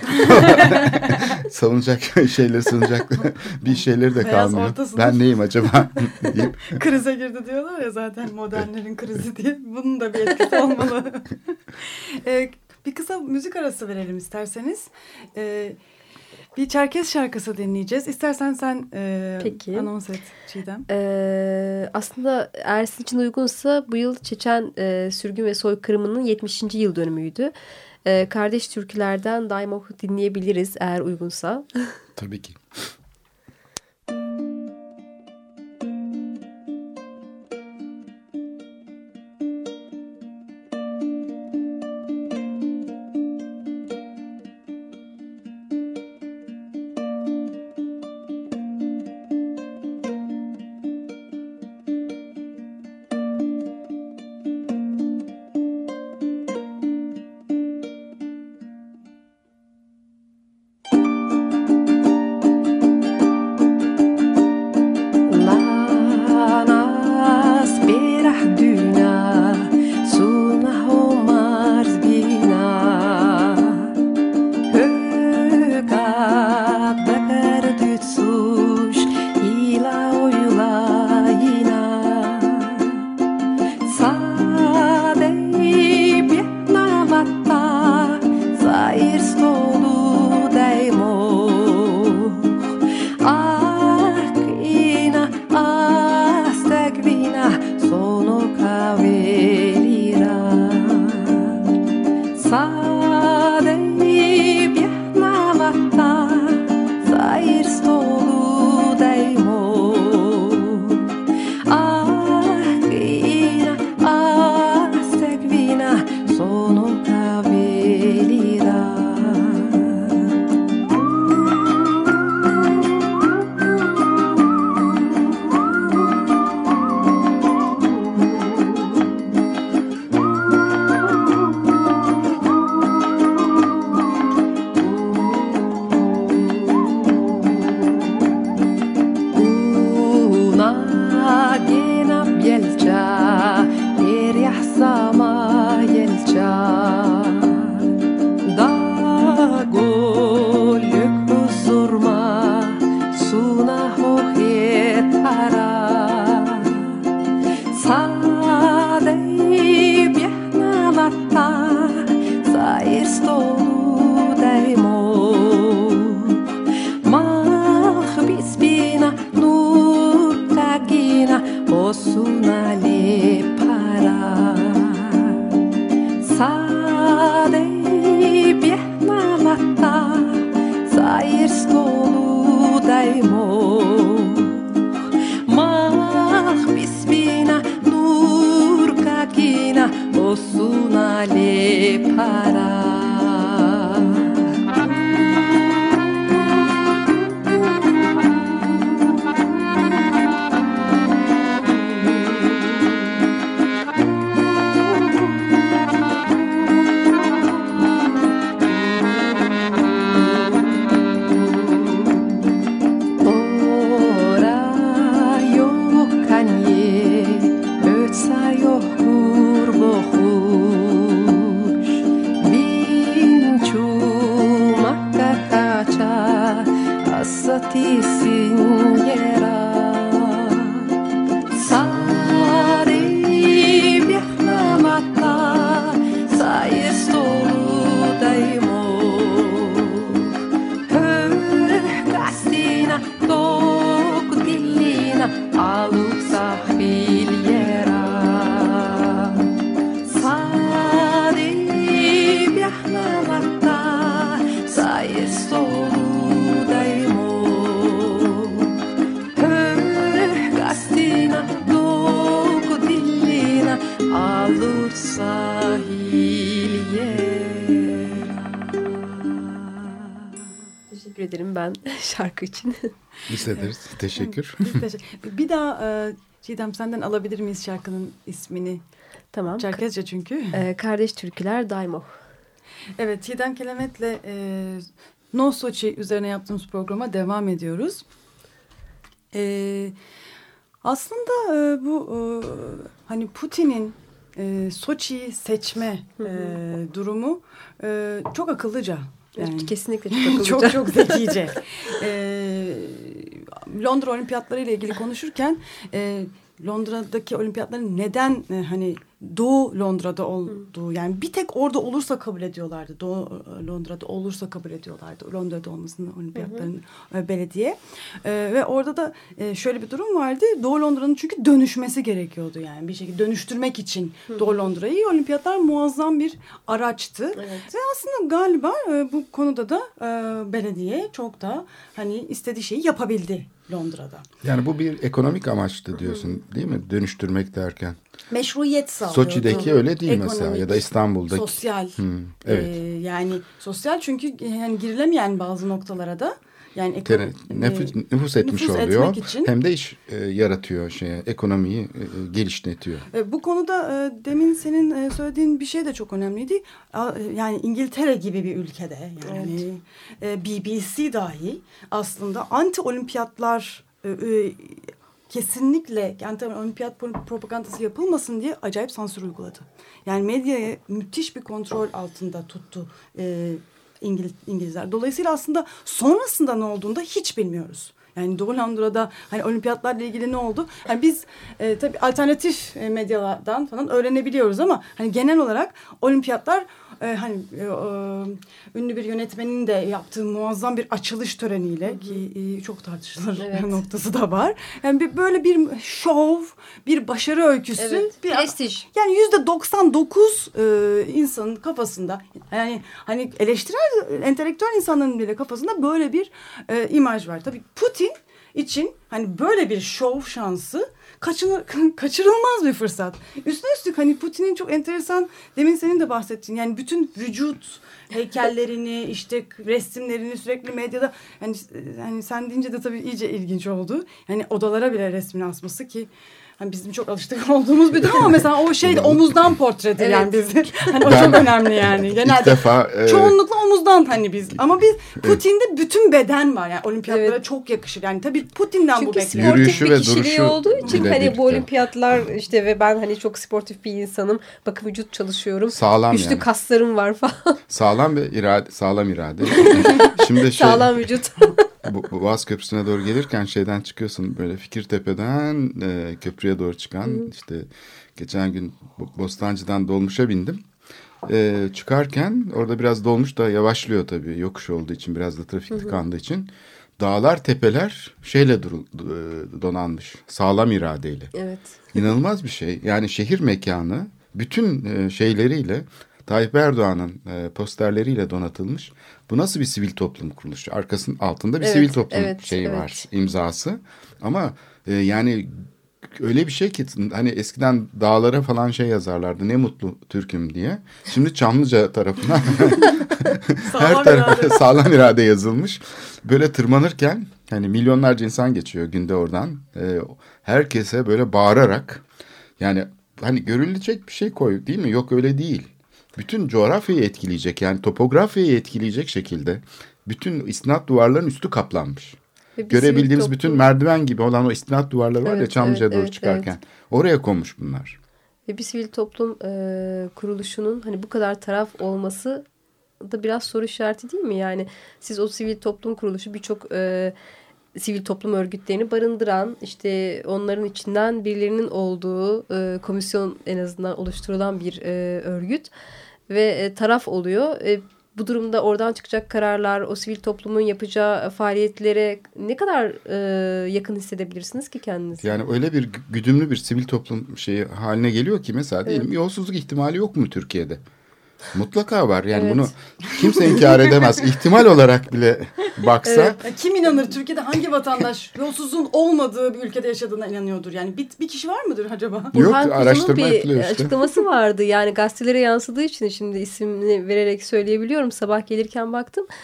Savunacak bir şeyleri de kalmıyor. Ben neyim acaba deyip.
Krize girdi diyorlar ya zaten, modernlerin krizi diye. Bunun da bir etkisi olmalı. Bir kısa müzik arası verelim isterseniz. Bir Çerkez şarkısı dinleyeceğiz. İstersen sen anons et Çiğdem.
Aslında eğer sizin için uygunsa bu yıl Çeçen sürgün ve soykırımının 70. yıl dönümüydü. Kardeş türkülerden Daim Oku dinleyebiliriz eğer uygunsa.
Tabii ki.
Alussa filha
ederim ben şarkı için.
Biz ederiz. Teşekkür.
Bir daha Çiğdem senden alabilir miyiz şarkının ismini?
Tamam.
Çerkezce çünkü.
Kardeş Türküler Daimo.
Evet, Çiğdem Kelemet'le No Soçi üzerine yaptığımız programa devam ediyoruz. Aslında bu hani Putin'in Soçi'yi seçme durumu çok akıllıca.
Yani, kesinlikle çok akıllıca.
çok zekice. Londra Olimpiyatları ile ilgili konuşurken Londra'daki olimpiyatların neden hani Doğu Londra'da olduğu, yani bir tek orada olursa kabul ediyorlardı. Doğu Londra'da olursa kabul ediyorlardı. Londra'da olmasını olimpiyatların belediye. Ve orada da şöyle bir durum vardı. Doğu Londra'nın çünkü dönüşmesi gerekiyordu yani. Bir şekilde dönüştürmek için Doğu Londra'yı olimpiyatlar muazzam bir araçtı. Evet. Ve aslında galiba bu konuda da belediye çok da hani istediği şeyi yapabildi Londra'da.
Yani bu bir ekonomik amaçtı diyorsun değil mi? Dönüştürmek derken.
Meşruiyet sağlıyordu.
Soçi'deki öyle değil
ekonomik,
mesela ya da İstanbul'daki.
Sosyal.
Evet.
Yani sosyal çünkü yani girilemeyen bazı noktalara da yani
nüfus etmiş oluyor.
Için,
hem de iş yaratıyor ekonomiyi geliştiriyor.
Bu konuda demin senin söylediğin bir şey de çok önemliydi. Yani İngiltere gibi bir ülkede yani BBC dahi aslında anti olimpiyatlar kesinlikle anti-olimpiyat propagandası yapılmasın diye acayip sansür uyguladı. Yani medyayı müthiş bir kontrol altında tuttu İngilizler. Dolayısıyla aslında sonrasında ne olduğunu da hiç bilmiyoruz. Yani Doğu Londra'da hani olimpiyatlarla ilgili ne oldu? Yani biz tabii alternatif medyalardan falan öğrenebiliyoruz ama hani genel olarak olimpiyatlar hani ünlü bir yönetmenin de yaptığı muazzam bir açılış töreniyle ki çok tartışılır noktası da var. Yani böyle bir şov, bir başarı öyküsü, bir
prestij.
Yani %99 insanın kafasında yani hani eleştirel, entelektüel insanların bile kafasında böyle bir imaj var. Tabii Putin için hani böyle bir şov şansı kaçırılmaz bir fırsat. Üstüne üstlük hani Putin'in çok enteresan, demin senin de bahsettiğin yani bütün vücut heykellerini işte resimlerini sürekli medyada yani sen deyince de tabii iyice ilginç oldu. Yani odalara bile resmini asması ki hani bizim çok alıştık olduğumuz bir durum ama mesela o şey omuzdan portredir yani bizim. Hani o çok önemli yani. Genelde çoğunlukla omuzdan hani biz. Ama biz Putin'de bütün beden var yani olimpiyatlara çok yakışır. Yani tabii Putin'den
çünkü
bu bekleniyor.
Çünkü sportif bir kişiliği olduğu için hani bu olimpiyatlar işte ve ben hani çok sportif bir insanım. Bakın vücut çalışıyorum.
Sağlam
güçlü
yani.
kaslarım var falan.
Sağlam irade. Şimdi
sağlam vücut.
Bu Boğaz Köprüsü'ne doğru gelirken şeyden çıkıyorsun böyle Fikirtepe'den köprüye doğru çıkan işte geçen gün Bostancı'dan dolmuşa bindim. Çıkarken orada biraz dolmuş da yavaşlıyor tabii yokuş olduğu için biraz da trafik tıkandığı için. Dağlar tepeler şeyle donanmış sağlam iradeyle.
Evet.
İnanılmaz bir şey yani şehir mekanı bütün şeyleriyle Tayyip Erdoğan'ın posterleriyle donatılmış. Bu nasıl bir sivil toplum kuruluşu? Arkasının altında bir sivil toplum var, imzası. Ama yani öyle bir şey ki hani eskiden dağlara falan şey yazarlardı. Ne mutlu Türk'üm diye. Şimdi Çamlıca tarafına her tarafa sağlam irade yazılmış. Böyle tırmanırken hani milyonlarca insan geçiyor günde oradan. Herkese böyle bağırarak yani hani görülecek bir şey koy değil mi? Yok öyle değil. Bütün coğrafyayı etkileyecek yani topografyayı etkileyecek şekilde bütün istinat duvarların üstü kaplanmış. Görebildiğimiz bütün merdiven gibi olan o istinat duvarları var ya Çamlıca'ya doğru çıkarken. Oraya konmuş bunlar.
Ve bir sivil toplum kuruluşunun hani bu kadar taraf olması da biraz soru işareti değil mi? Yani siz o sivil toplum kuruluşu birçok sivil toplum örgütlerini barındıran işte onların içinden birilerinin olduğu komisyon en azından oluşturulan bir örgüt ve taraf oluyor. Bu durumda oradan çıkacak kararlar, o sivil toplumun yapacağı faaliyetlere ne kadar yakın hissedebilirsiniz ki kendinizi?
Yani öyle bir güdümlü bir sivil toplum şeyi haline geliyor ki mesela diyelim yolsuzluk ihtimali yok mu Türkiye'de? Mutlaka var. Yani bunu kimse inkar edemez. İhtimal olarak bile baksa.
Kim inanır? Türkiye'de hangi vatandaş yolsuzluğun olmadığı bir ülkede yaşadığına inanıyordur? Yani bir kişi var mıdır acaba?
Yok, araştırma yapılıyor
işte. Açıklaması vardı. Yani gazetelere yansıdığı için şimdi ismini vererek söyleyebiliyorum. Sabah gelirken baktım.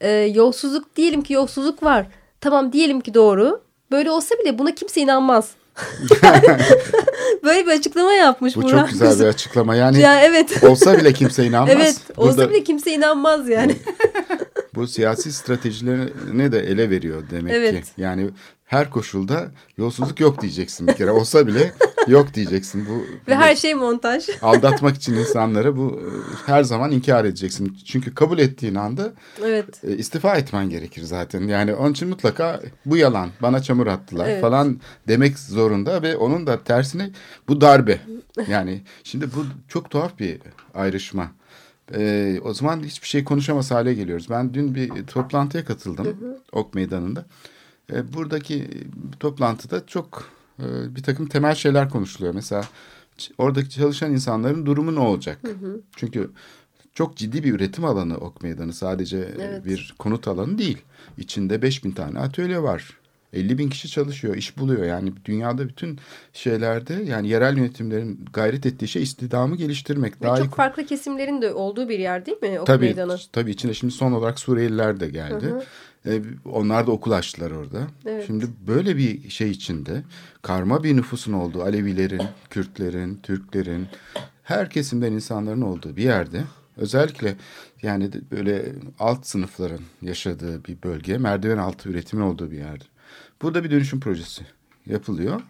Yolsuzluk, diyelim ki yolsuzluk var. Tamam, diyelim ki doğru. Böyle olsa bile buna kimse inanmaz. Böyle bir açıklama yapmış.
Bu çok güzel bir açıklama. Yani
ya, evet.
Olsa bile kimse inanmaz.
Evet, olsa bile kimse inanmaz yani.
Bu siyasi stratejilerine de ele veriyor demek ki. Yani her koşulda yolsuzluk yok diyeceksin bir kere. Olsa bile yok diyeceksin.
Ve her şey montaj.
Aldatmak için insanları bu her zaman inkar edeceksin. Çünkü kabul ettiğin anda istifa etmen gerekir zaten. Yani onun için mutlaka bu yalan, bana çamur attılar falan demek zorunda ve onun da tersine bu darbe. Yani şimdi bu çok tuhaf bir ayrışma. O zaman hiçbir şey konuşamaz hale geliyoruz. Ben dün bir toplantıya katıldım Ok Meydanı'nda. Buradaki toplantıda çok bir takım temel şeyler konuşuluyor. Mesela oradaki çalışan insanların durumu ne olacak? Çünkü çok ciddi bir üretim alanı Ok Meydanı. Sadece bir konut alanı değil. İçinde 5.000 tane atölye var. 50.000 kişi çalışıyor, iş buluyor. Yani dünyada bütün şeylerde, yani yerel yönetimlerin gayret ettiği şey istihdamı geliştirmek.
Ve daha çok farklı kesimlerin de olduğu bir yer değil mi Ok Meydanı?
Tabii içinde şimdi son olarak Suriyeliler de geldi. Onlar da okul açtılar orada. Evet. Şimdi böyle bir şey içinde karma bir nüfusun olduğu, Alevilerin, Kürtlerin, Türklerin, her kesimden insanların olduğu bir yerde, özellikle yani böyle alt sınıfların yaşadığı bir bölge, merdiven altı üretimin olduğu bir yerde. Burada bir dönüşüm projesi yapılıyor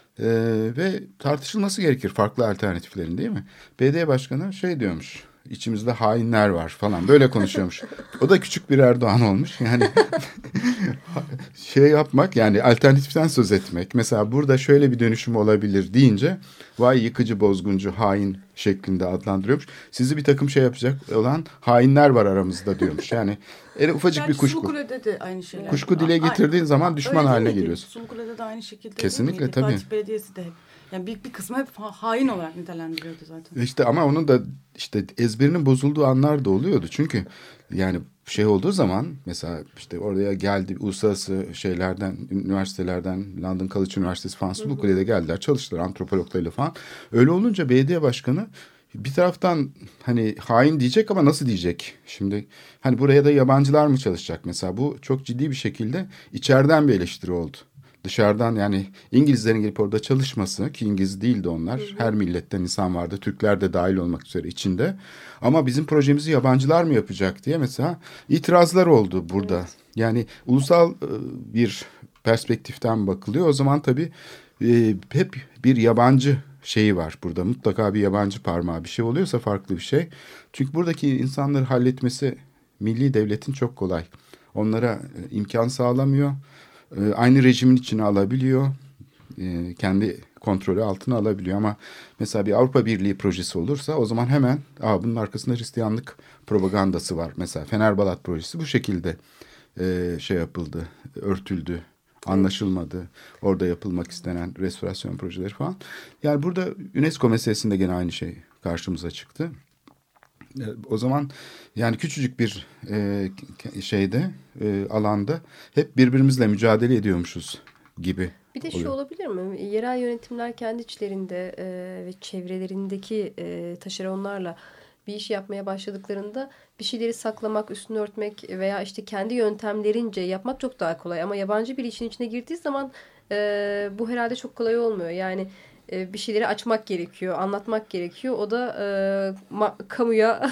ve tartışılması gerekir farklı alternatiflerin, değil mi? BD Başkanı şey diyormuş, içimizde hainler var falan, böyle konuşuyormuş. O da küçük bir Erdoğan olmuş. Yani şey yapmak, yani alternatiften söz etmek. Mesela burada şöyle bir dönüşüm olabilir deyince vay yıkıcı, bozguncu, hain şeklinde adlandırıyormuş. Sizi bir takım şey yapacak olan hainler var aramızda diyormuş. Yani ufacık bir kuşku.
Sulukule'de de aynı şeyler.
Kuşku dile getirdiğin zaman düşman haline geliyorsun.
Sulukule'de de aynı şekilde.
Kesinlikle tabii.
Fatih Belediyesi de hep. Yani büyük bir kısmı hep hain olarak nitelendiriyordu zaten.
İşte ama onun da işte ezberinin bozulduğu anlar da oluyordu. Çünkü yani şey olduğu zaman mesela işte oraya geldi uluslararası şeylerden, üniversitelerden, London College Üniversitesi falan Sulukule'de geldiler, çalıştılar antropologlarıyla falan. Öyle olunca belediye başkanı bir taraftan hani hain diyecek ama nasıl diyecek? Şimdi hani buraya da yabancılar mı çalışacak mesela? Bu çok ciddi bir şekilde içeriden bir eleştiri oldu. Dışarıdan, yani İngilizlerin gelip orada çalışması, ki İngiliz değildi onlar. Her milletten insan vardı. Türkler de dahil olmak üzere içinde. Ama bizim projemizi yabancılar mı yapacak diye mesela itirazlar oldu burada. Evet. Yani ulusal bir perspektiften bakılıyor. O zaman tabii hep bir yabancı şeyi var burada. Mutlaka bir yabancı parmağı, bir şey oluyorsa farklı bir şey. Çünkü buradaki insanları halletmesi milli devletin çok kolay. Onlara imkan sağlamıyor. Aynı rejimin içine alabiliyor. Kendi kontrolü altına alabiliyor. Ama mesela bir Avrupa Birliği projesi olursa o zaman hemen bunun arkasında Hristiyanlık propagandası var. Mesela Fenerbalat projesi bu şekilde şey yapıldı, örtüldü, anlaşılmadı. Orada yapılmak istenen restorasyon projeleri falan. Yani burada UNESCO meselesinde gene aynı şey karşımıza çıktı. O zaman yani küçücük bir şeyde alanda hep birbirimizle mücadele ediyormuşuz gibi.
Bir de
oluyor.
şu olabilir mi? Yerel yönetimler kendi içlerinde ve çevrelerindeki taşeronlarla bir iş yapmaya başladıklarında bir şeyleri saklamak, üstünü örtmek veya işte kendi yöntemlerince yapmak çok daha kolay. Ama yabancı bir işin içine girdiği zaman bu herhalde çok kolay olmuyor. Yani bir şeyleri açmak gerekiyor, anlatmak gerekiyor. O da kamuya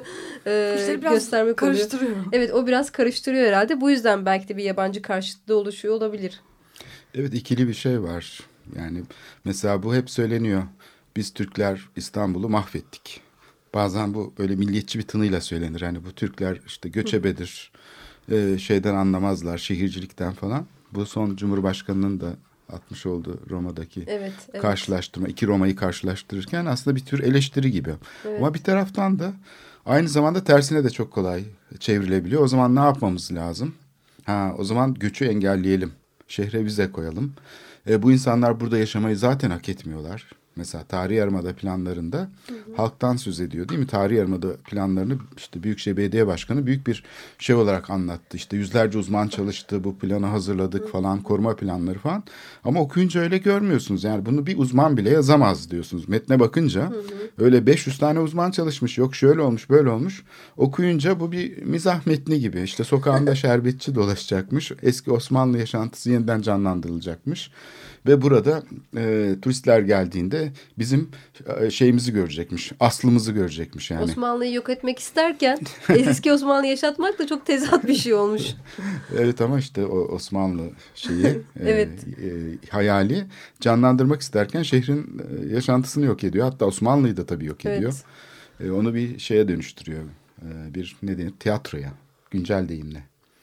göstermek oluyor. Evet, o biraz karıştırıyor herhalde. Bu yüzden belki de bir yabancı karşıtlığı oluşuyor olabilir.
Evet, ikili bir şey var. Yani mesela bu hep söyleniyor. Biz Türkler İstanbul'u mahvettik. Bazen bu böyle milliyetçi bir tınıyla söylenir. Hani bu Türkler işte göçebedir, şeyden anlamazlar, şehircilikten falan. Bu son Cumhurbaşkanı'nın da atmış olduğu Roma'daki karşılaştırma, iki Roma'yı karşılaştırırken aslında bir tür eleştiri gibi. Evet. Ama bir taraftan da aynı zamanda tersine de çok kolay çevrilebiliyor. O zaman ne yapmamız lazım? O zaman göçü engelleyelim, şehre vize koyalım. Bu insanlar burada yaşamayı zaten hak etmiyorlar. Mesela Tarihi Yarımada planlarında halktan söz ediyor değil mi? Tarihi Yarımada planlarını işte Büyükşehir Belediye Başkanı büyük bir şey olarak anlattı. İşte yüzlerce uzman çalıştı, bu planı hazırladık falan, koruma planları falan. Ama okuyunca öyle görmüyorsunuz. Yani bunu bir uzman bile yazamaz diyorsunuz. Metne bakınca öyle 500 tane uzman çalışmış. Yok şöyle olmuş, böyle olmuş. Okuyunca bu bir mizah metni gibi. İşte sokağında şerbetçi dolaşacakmış. Eski Osmanlı yaşantısı yeniden canlandırılacakmış. Ve burada turistler geldiğinde bizim şeyimizi görecekmiş. Aslımızı görecekmiş yani.
Osmanlı'yı yok etmek isterken eski Osmanlı yaşatmak da çok tezat bir şey olmuş.
Evet ama işte o Osmanlı şeyi
evet.
Hayali canlandırmak isterken şehrin yaşantısını yok ediyor. Hatta Osmanlı'yı da tabii yok ediyor. Evet. Onu bir şeye dönüştürüyor. Bir ne diyeyim, tiyatroya, güncel deyimle.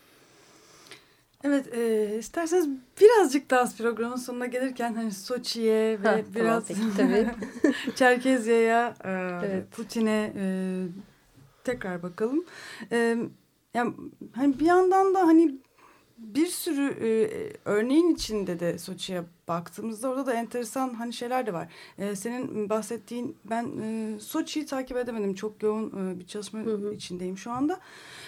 Evet, isterseniz birazcık daha programın sonuna gelirken hani Soçi'ye ve biraz
tabii.
Çerkezya'ya,
evet.
Putin'e tekrar bakalım. Yani hani bir yandan da hani bir sürü örneğin içinde de Soçi'ye baktığımızda orada da enteresan hani şeyler de var. Senin bahsettiğin, ben Soçi'yi takip edemedim. Çok yoğun bir çalışma içindeyim şu anda.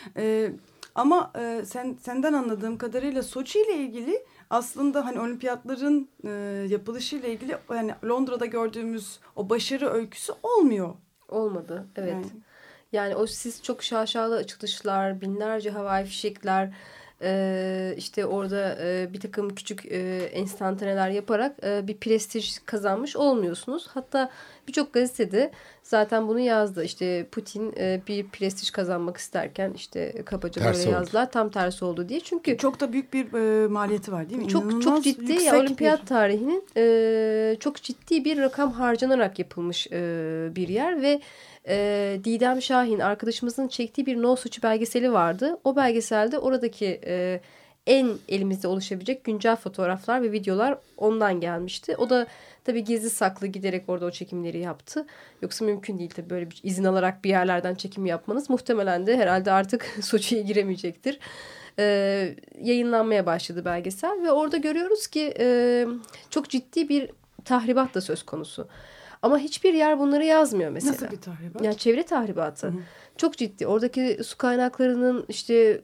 Ama senden anladığım kadarıyla Soçi ile ilgili aslında hani olimpiyatların yapılışıyla ilgili yani Londra'da gördüğümüz o başarı öyküsü olmuyor.
Olmadı, evet. Yani o siz çok şaşalı açılışlar, binlerce havai fişekler, işte orada bir takım küçük enstantaneler yaparak bir prestij kazanmış olmuyorsunuz. Hatta birçok gazetede zaten bunu yazdı. İşte Putin bir prestij kazanmak isterken işte kabaca
ters
böyle
oldu.
Yazdılar. Tam tersi oldu diye. Çünkü
çok da büyük bir maliyeti var değil mi?
Çok ciddi ya, olimpiyat tarihinin çok ciddi bir rakam harcanarak yapılmış bir yer ve Didem Şahin arkadaşımızın çektiği bir No Soçi belgeseli vardı. O belgeselde oradaki en elimizde ulaşabilecek güncel fotoğraflar ve videolar ondan gelmişti. O da tabii gizli saklı giderek orada o çekimleri yaptı. Yoksa mümkün değil tabii böyle bir izin alarak bir yerlerden çekim yapmanız. Muhtemelen de herhalde artık Soçi'ye giremeyecektir. Yayınlanmaya başladı belgesel ve orada görüyoruz ki çok ciddi bir tahribat da söz konusu. Ama hiçbir yer bunları yazmıyor mesela.
Nasıl bir tahribat?
Yani çevre tahribatı. Çok ciddi. Oradaki su kaynaklarının işte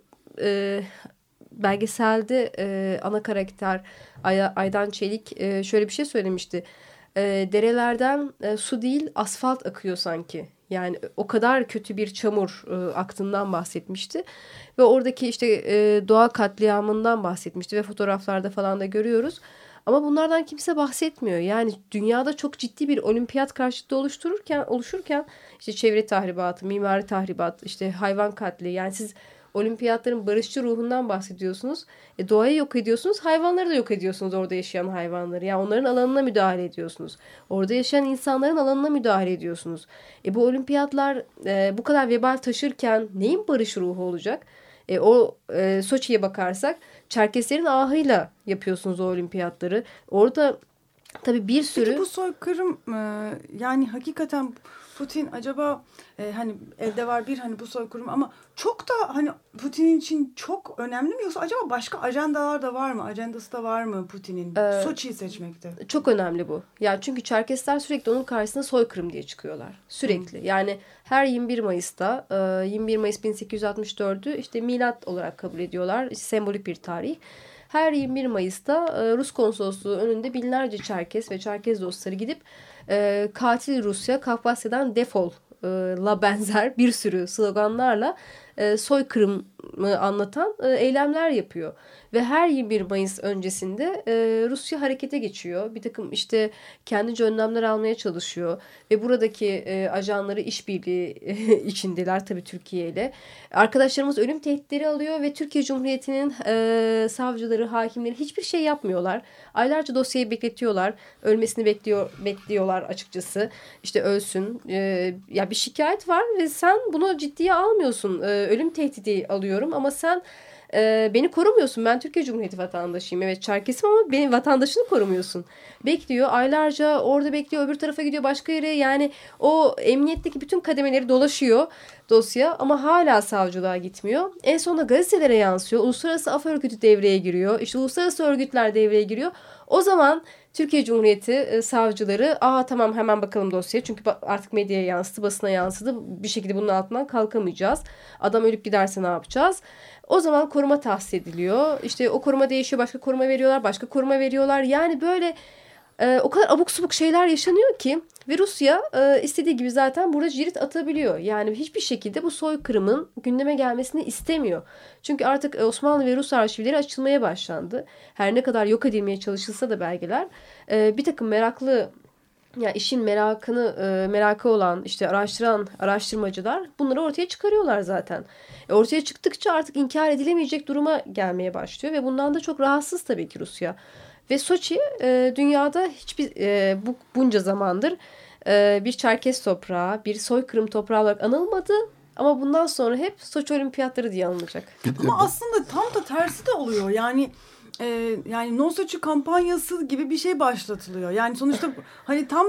belgeselde ana karakter Aydan Çelik şöyle bir şey söylemişti. Derelerden su değil asfalt akıyor sanki. Yani o kadar kötü bir çamur aktığından bahsetmişti. Ve oradaki işte doğa katliamından bahsetmişti ve fotoğraflarda falan da görüyoruz. Ama bunlardan kimse bahsetmiyor. Yani dünyada çok ciddi bir olimpiyat karşıtı oluşurken işte çevre tahribatı, mimari tahribat, işte hayvan katli. Yani siz olimpiyatların barışçı ruhundan bahsediyorsunuz. Doğayı yok ediyorsunuz, hayvanları da yok ediyorsunuz, orada yaşayan hayvanları. Yani onların alanına müdahale ediyorsunuz. Orada yaşayan insanların alanına müdahale ediyorsunuz. Bu olimpiyatlar bu kadar vebal taşırken neyin barış ruhu olacak? Soçi'ye bakarsak Çerkeslerin ahıyla yapıyorsunuz o olimpiyatları. Orada tabii bir sürü...
Peki bu soykırım yani hakikaten Putin acaba hani elde var bir hani bu soykırım ama çok da hani Putin için çok önemli mi, yoksa acaba başka ajandalar da var mı? Ajandası da var mı Putin'in Soçi'yi seçmekte?
Çok önemli bu. Yani çünkü Çerkesler sürekli onun karşısına soykırım diye çıkıyorlar. Sürekli. Yani her 21 Mayıs'ta 21 Mayıs 1864'ü işte milat olarak kabul ediyorlar. İşte sembolik bir tarih. Her 21 Mayıs'ta Rus konsolosluğu önünde binlerce Çerkes ve Çerkez dostları gidip katil Rusya, Kafkasya'dan defol la benzer bir sürü sloganlarla soykırımı anlatan eylemler yapıyor. Ve her 21 Mayıs öncesinde Rusya harekete geçiyor. Bir takım işte kendince önlemler almaya çalışıyor. Ve buradaki ajanları işbirliği içindeler tabii Türkiye ile. Arkadaşlarımız ölüm tehditleri alıyor ve Türkiye Cumhuriyeti'nin savcıları, hakimleri hiçbir şey yapmıyorlar. Aylarca dosyayı bekletiyorlar. Ölmesini bekliyorlar açıkçası. İşte ölsün. Ya bir şikayet var ve sen bunu ciddiye almıyorsun. Ölüm tehdidi alıyorum ama sen beni korumuyorsun. Ben Türkiye Cumhuriyeti vatandaşıyım. Evet Çerkesim ama benim vatandaşını korumuyorsun. Bekliyor. Aylarca orada bekliyor. Öbür tarafa gidiyor başka yere. Yani o emniyetteki bütün kademeleri dolaşıyor. dosya ama hala savcılığa gitmiyor. En sonunda gazetelere yansıyor. Uluslararası Af Örgütü devreye giriyor. İşte uluslararası örgütler devreye giriyor. O zaman Türkiye Cumhuriyeti savcıları tamam hemen bakalım dosyaya. Çünkü artık medyaya yansıdı, basına yansıdı. Bir şekilde bunun altından kalkamayacağız. Adam ölüp giderse ne yapacağız? O zaman koruma tahsis ediliyor. İşte o koruma değişiyor. Başka koruma veriyorlar. Başka koruma veriyorlar. Yani böyle o kadar abuk subuk şeyler yaşanıyor ki ve Rusya istediği gibi zaten burada cirit atabiliyor. Yani hiçbir şekilde bu soykırımın gündeme gelmesini istemiyor. Çünkü artık Osmanlı ve Rus arşivleri açılmaya başlandı. Her ne kadar yok edilmeye çalışılsa da belgeler bir takım meraklı, yani işin merakı olan, işte araştıran araştırmacılar bunları ortaya çıkarıyorlar zaten. Ortaya çıktıkça artık inkar edilemeyecek duruma gelmeye başlıyor ve bundan da çok rahatsız tabii ki Rusya. Ve Soçi dünyada hiçbir bunca zamandır bir Çerkes toprağı, bir soykırım toprağı olarak anılmadı. Ama bundan sonra hep Soçi Olimpiyatları diye anılacak.
Ama aslında tam da tersi de oluyor. Yani No Soçi kampanyası gibi bir şey başlatılıyor. Yani sonuçta hani tam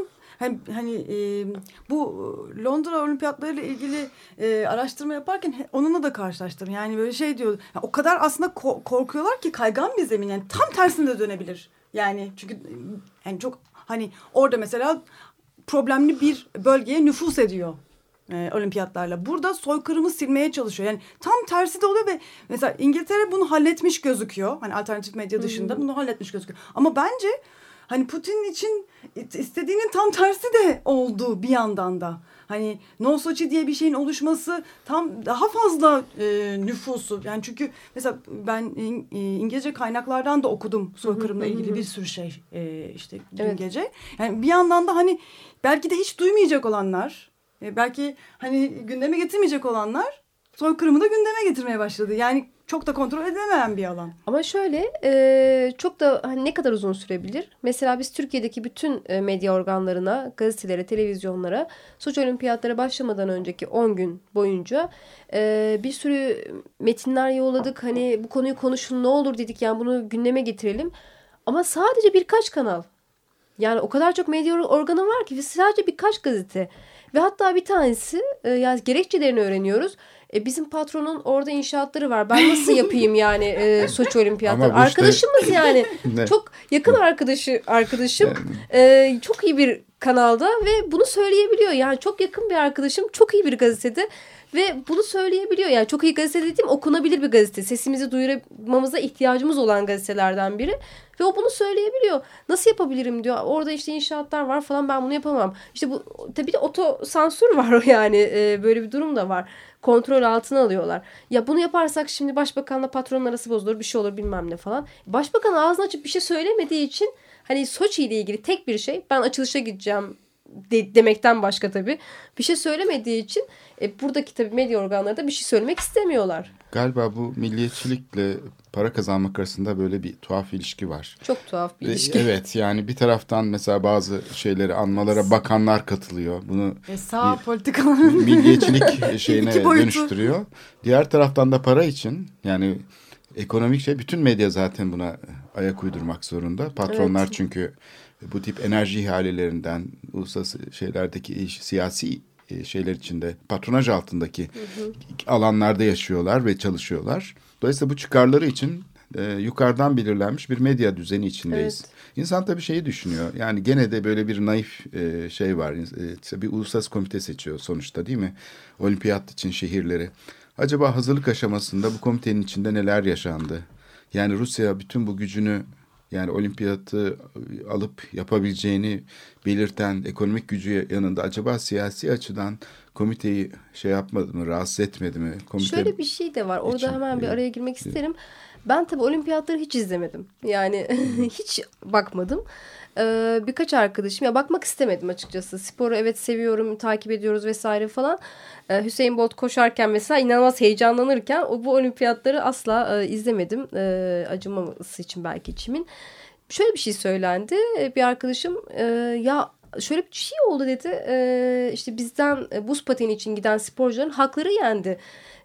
bu Londra Olimpiyatları ile ilgili araştırma yaparken onunla da karşılaştım. Yani böyle şey diyor. O kadar aslında korkuyorlar ki kaygan bir zemin. Yani tam tersine de dönebilir. Yani çünkü yani çok hani orada mesela problemli bir bölgeye nüfuz ediyor olimpiyatlarla. Burada soykırımı silmeye çalışıyor. Yani tam tersi de oluyor ve mesela İngiltere bunu halletmiş gözüküyor. Hani alternatif medya dışında bunu halletmiş gözüküyor. Ama bence hani Putin için istediğinin tam tersi de oldu bir yandan da. Hani No Soçi diye bir şeyin oluşması tam daha fazla nüfusu. Yani çünkü mesela ben İngilizce kaynaklardan da okudum soykırımla ilgili bir sürü şey işte dün gece. Yani bir yandan da hani belki de hiç duymayacak olanlar, belki hani gündeme getirmeyecek olanlar soykırımı da gündeme getirmeye başladı. Yani çok da kontrol edilemeyen bir alan.
Ama şöyle çok da hani ne kadar uzun sürebilir? Mesela biz Türkiye'deki bütün medya organlarına, gazetelere, televizyonlara Soçi Olimpiyatları başlamadan önceki 10 gün boyunca bir sürü metinler yolladık. Hani bu konuyu konuşun ne olur dedik, yani bunu gündeme getirelim. Ama sadece birkaç kanal. Yani o kadar çok medya organı var ki sadece birkaç gazete. Ve hatta bir tanesi yani gerekçelerini öğreniyoruz. Bizim patronun orada inşaatları var. Ben nasıl yapayım yani Soçi Olimpiyatları? Arkadaşımız işte... yani. Çok yakın arkadaşım. Çok iyi bir kanalda ve bunu söyleyebiliyor. Yani çok yakın bir arkadaşım, çok iyi bir gazetede ve bunu söyleyebiliyor. Yani çok iyi gazete dediğim okunabilir bir gazete. Sesimizi duyurmamıza ihtiyacımız olan gazetelerden biri. Ve o bunu söyleyebiliyor. Nasıl yapabilirim diyor. Orada işte inşaatlar var falan, ben bunu yapamam. İşte bu tabii de otosansür var yani böyle bir durum da var. Kontrol altına alıyorlar. Ya bunu yaparsak şimdi başbakanla patronun arası bozulur, bir şey olur bilmem ne falan. Başbakan ağzını açıp bir şey söylemediği için hani Soçi ile ilgili tek bir şey, ben açılışa gideceğim demekten başka tabii bir şey söylemediği için buradaki tabii medya organları da bir şey söylemek istemiyorlar.
Galiba bu milliyetçilikle para kazanmak arasında böyle bir tuhaf ilişki var.
Çok tuhaf bir ilişki.
Evet, yani bir taraftan mesela bazı şeyleri anmalara bakanlar katılıyor. Bunu
sağ politikaların
milliyetçilik şeyine dönüştürüyor. Diğer taraftan da para için, yani ekonomik şey, bütün medya zaten buna ayak uydurmak zorunda. Patronlar çünkü bu tip enerji ihalelerinden, uluslararası şeylerdeki siyasi şeyler içinde, patronaj altındaki alanlarda yaşıyorlar ve çalışıyorlar. Dolayısıyla bu çıkarları için yukarıdan belirlenmiş bir medya düzeni içindeyiz. Evet. İnsan tabii şeyi düşünüyor. Yani gene de böyle bir naif şey var. Bir uluslararası komite seçiyor sonuçta, değil mi? Olimpiyat için şehirleri. Acaba hazırlık aşamasında bu komitenin içinde neler yaşandı? Yani Rusya bütün bu gücünü, yani olimpiyatı alıp yapabileceğini belirten ekonomik gücü yanında acaba siyasi açıdan komiteyi şey yapmadı mı, rahatsız etmedi mi?
Şöyle bir şey de var. Orada hemen bir araya girmek isterim. Ben tabii olimpiyatları hiç izlemedim. Yani hiç bakmadım. Birkaç arkadaşım, ya bakmak istemedim açıkçası. Sporu evet seviyorum, takip ediyoruz vesaire falan. Hüseyin Bolt koşarken mesela inanılmaz heyecanlanırken bu olimpiyatları asla izlemedim. Acımaması için belki içimin. Şöyle bir şey söylendi. Bir arkadaşım ya şöyle bir şey oldu dedi. İşte bizden buz pateni için giden sporcuların hakları yendi.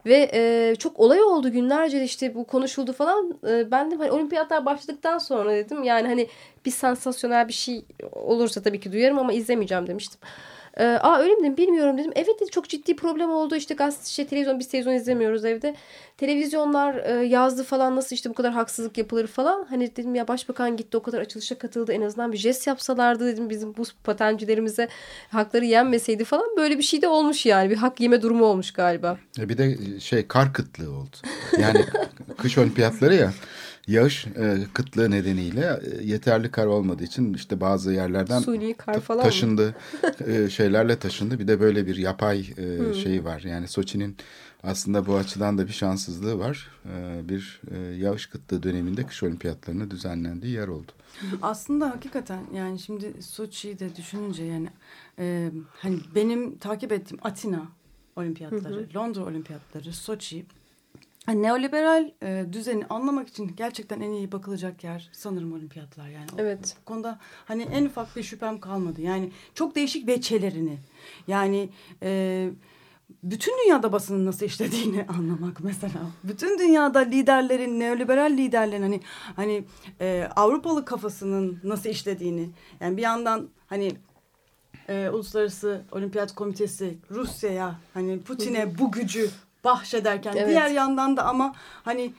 Ve çok olay oldu, günlerce işte bu konuşuldu falan. Ben de hani olimpiyatlar başladıktan sonra dedim yani hani bir sansasyonel bir şey olursa tabii ki duyarım ama izlemeyeceğim demiştim. Öyle mi dedim, bilmiyorum dedim. Evet dedi, çok ciddi problem oldu. İşte televizyon, biz televizyon izlemiyoruz evde. Televizyonlar yazdı falan, nasıl işte bu kadar haksızlık yapılır falan. Hani dedim ya, başbakan gitti, o kadar açılışa katıldı. En azından bir jest yapsalardı dedim, bizim bu patencilerimize hakları yenmeseydi falan. Böyle bir şey de olmuş yani. Bir hak yeme durumu olmuş galiba.
Bir de kar kıtlığı oldu. Yani kış olimpiyatları ya. Yağış kıtlığı nedeniyle yeterli kar olmadığı için işte bazı yerlerden
suni kar falan
taşındı. Şeylerle taşındı. Bir de böyle bir yapay şeyi var. Yani Soçi'nin aslında bu açıdan da bir şanssızlığı var. Bir yağış kıtlığı döneminde kış olimpiyatlarının düzenlendiği yer oldu.
Aslında hakikaten yani şimdi Soçi'yi de düşününce yani hani benim takip ettiğim Atina olimpiyatları, Londra olimpiyatları, Soçi. Yani neoliberal düzeni anlamak için gerçekten en iyi bakılacak yer sanırım olimpiyatlar. Yani
evet.
Bu konuda hani en ufak bir şüphem kalmadı. Yani çok değişik veçelerini, yani bütün dünyada basının nasıl işlediğini anlamak mesela. Bütün dünyada liderlerin, neoliberal liderlerin hani Avrupalı kafasının nasıl işlediğini. Yani bir yandan hani Uluslararası Olimpiyat Komitesi Rusya'ya hani Putin'e bu gücü bahşederken diğer yandan da ama hani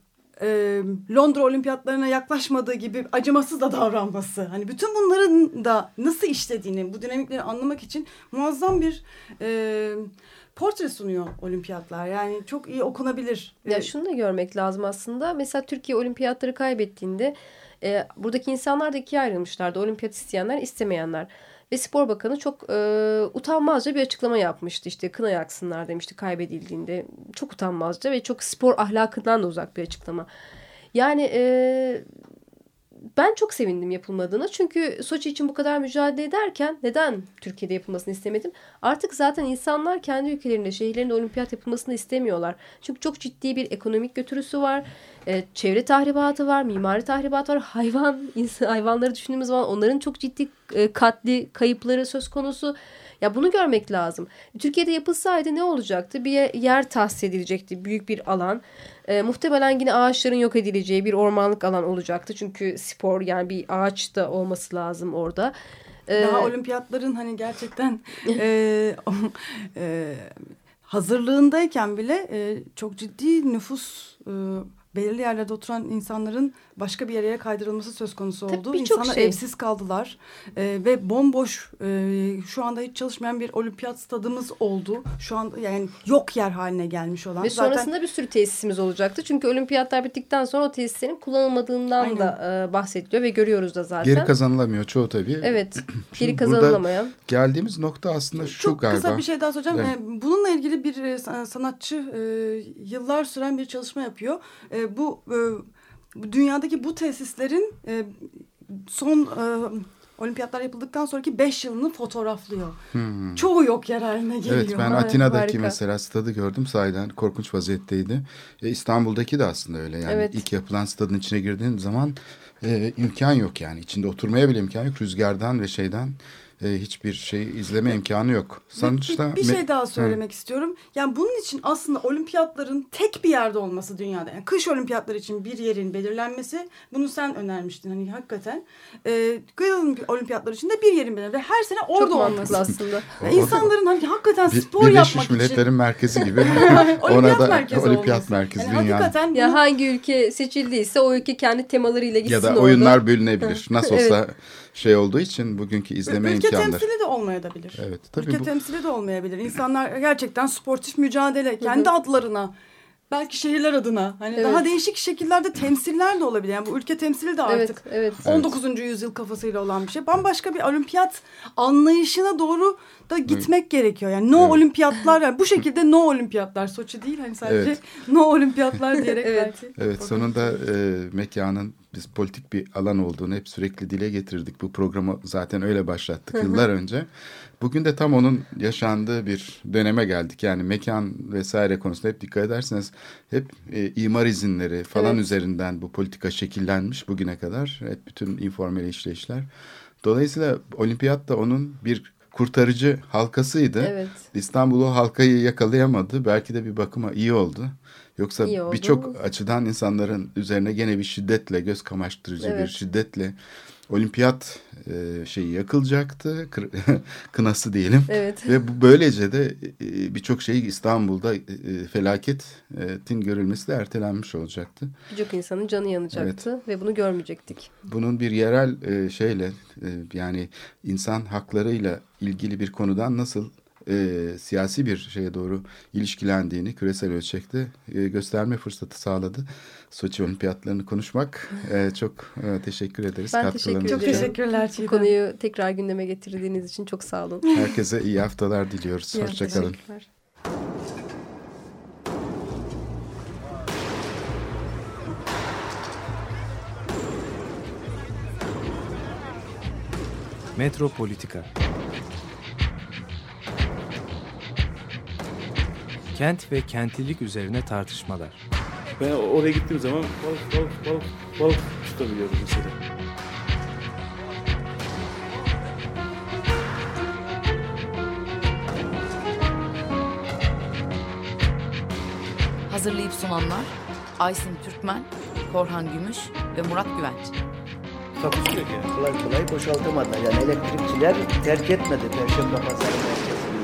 Londra olimpiyatlarına yaklaşmadığı gibi acımasız da davranması. Hani bütün bunların da nasıl işlediğini, bu dinamikleri anlamak için muazzam bir portre sunuyor olimpiyatlar. Yani çok iyi okunabilir.
Ya şunu da görmek lazım aslında. Mesela Türkiye olimpiyatları kaybettiğinde buradaki insanlar da ikiye ayrılmışlardı. Olimpiyat isteyenler, istemeyenler. Ve Spor Bakanı çok utanmazca bir açıklama yapmıştı. İşte kına yaksınlar demişti kaybedildiğinde. Çok utanmazca ve çok spor ahlakından da uzak bir açıklama. Yani ben çok sevindim yapılmadığına. Çünkü Soçi için bu kadar mücadele ederken neden Türkiye'de yapılmasını istemedim? Artık zaten insanlar kendi ülkelerinde, şehirlerinde olimpiyat yapılmasını istemiyorlar. Çünkü çok ciddi bir ekonomik götürüsü var. Çevre tahribatı var, mimari tahribatı var. Hayvanları düşündüğümüz zaman onların çok ciddi katli kayıpları söz konusu. Ya bunu görmek lazım. Türkiye'de yapılsaydı ne olacaktı? Bir yer tahsis edilecekti, büyük bir alan. Muhtemelen yine ağaçların yok edileceği bir ormanlık alan olacaktı. Çünkü spor, yani bir ağaç da olması lazım orada.
Daha olimpiyatların hani gerçekten hazırlığındayken bile çok ciddi nüfus belirli yerlerde oturan insanların başka bir yere kaydırılması söz konusu oldu. İnsanlar evsiz kaldılar ve bomboş, şu anda hiç çalışmayan bir olimpiyat stadımız oldu. Şu an yani yok yer haline gelmiş olan.
Ve sonrasında bir sürü tesisimiz olacaktı. Çünkü olimpiyatlar bittikten sonra o tesislerin kullanılmadığından da bahsediliyor ve görüyoruz da zaten.
Geri kazanılamıyor çoğu tabii.
Evet, geri kazanılamayan.
Geldiğimiz nokta aslında şu
çok
galiba.
Çok kısa bir şey daha soracağım.
Evet.
Bununla ilgili bir sanatçı yıllar süren bir çalışma yapıyor. Bu dünyadaki bu tesislerin son olimpiyatlar yapıldıktan sonraki 5 yılını fotoğraflıyor. Çoğu yok yer haline geliyor.
Evet, ben Atina'daki mesela stadı gördüm, sahiden korkunç vaziyetteydi. İstanbul'daki de aslında öyle. Yani ilk yapılan stadın içine girdiğin zaman imkan yok yani. İçinde oturmaya bile imkan yok. Rüzgardan ve şeyden hiçbir şey izleme imkanı yok. Sonuçta
bir şey daha söylemek istiyorum. Yani bunun için aslında olimpiyatların tek bir yerde olması dünyada. Yani kış olimpiyatları için bir yerin belirlenmesi, bunu sen önermiştin hani hakikaten. Kış olimpiyatları için de bir yerin belirlenmesi ve her sene orada olması
aslında.
İnsanların hani hakikaten spor yapmak için.
Birleşmiş Milletler'in merkezi gibi.
Ona da
olimpiyat merkezi
yani
dünya.
Ya hangi ülke seçildiyse o ülke kendi temalarıyla gitsin orada.
Ya da oyunlar bölünebilir. Nasıl olsa şey olduğu için bugünkü izleme imkanları.
Ülke temsili de olmayabilir.
Evet, tabii
ülke temsili de olmayabilir. İnsanlar gerçekten sportif mücadele, kendi adlarına, belki şehirler adına hani daha değişik şekillerde temsiller de olabilir. Yani bu ülke temsili de artık 19. yüzyıl kafasıyla olan bir şey. Bambaşka bir olimpiyat anlayışına doğru da gitmek gerekiyor. Yani olimpiyatlar, yani bu şekilde olimpiyatlar. Soçi değil hani sadece olimpiyatlar diyerek belki.
Evet, sonunda mekanın biz politik bir alan olduğunu hep sürekli dile getirdik. Bu programı zaten öyle başlattık yıllar önce. Bugün de tam onun yaşandığı bir döneme geldik. Yani mekan vesaire konusunda hep dikkat ederseniz hep imar izinleri falan üzerinden bu politika şekillenmiş bugüne kadar. Hep bütün informal işleyişler. Dolayısıyla olimpiyat da onun bir kurtarıcı halkasıydı.
Evet.
İstanbul o halkayı yakalayamadı. Belki de bir bakıma iyi oldu. Yoksa birçok açıdan insanların üzerine gene bir şiddetle, göz kamaştırıcı bir şiddetle olimpiyat şeyi yakılacaktı, kınası diyelim.
Evet.
Ve böylece de birçok şey İstanbul'da felaketin görülmesi de ertelenmiş olacaktı.
Birçok insanın canı yanacaktı ve bunu görmeyecektik.
Bunun bir yerel şeyle yani insan haklarıyla ilgili bir konudan nasıl siyasi bir şeye doğru ilişkilendiğini küresel ölçekte gösterme fırsatı sağladı. Soçi Olimpiyatlarını konuşmak çok teşekkür ederiz.
Ben teşekkür ederim.
Çok teşekkürler Çiğdem.
Bu konuyu tekrar gündeme getirdiğiniz için çok sağ olun.
Herkese iyi haftalar diliyoruz. Hoşçakalın.
Metropolitika. Kent ve kentlilik üzerine tartışmalar.
Ben oraya gittiğim zaman balık tutabiliyordum mesela.
Hazırlayıp sunanlar Aysin Türkmen, Korhan Gümüş ve Murat Güvenç.
Takusu yok yani.
Kolay kolay boşaltamadılar. Yani elektrikçiler terk etmedi Perşembe Pazarı merkezini.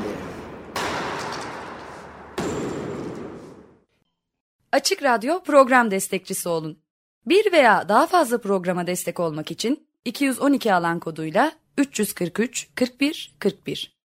Açık Radyo program destekçisi olun. Bir veya daha fazla programa destek olmak için 212 alan koduyla 343 41 41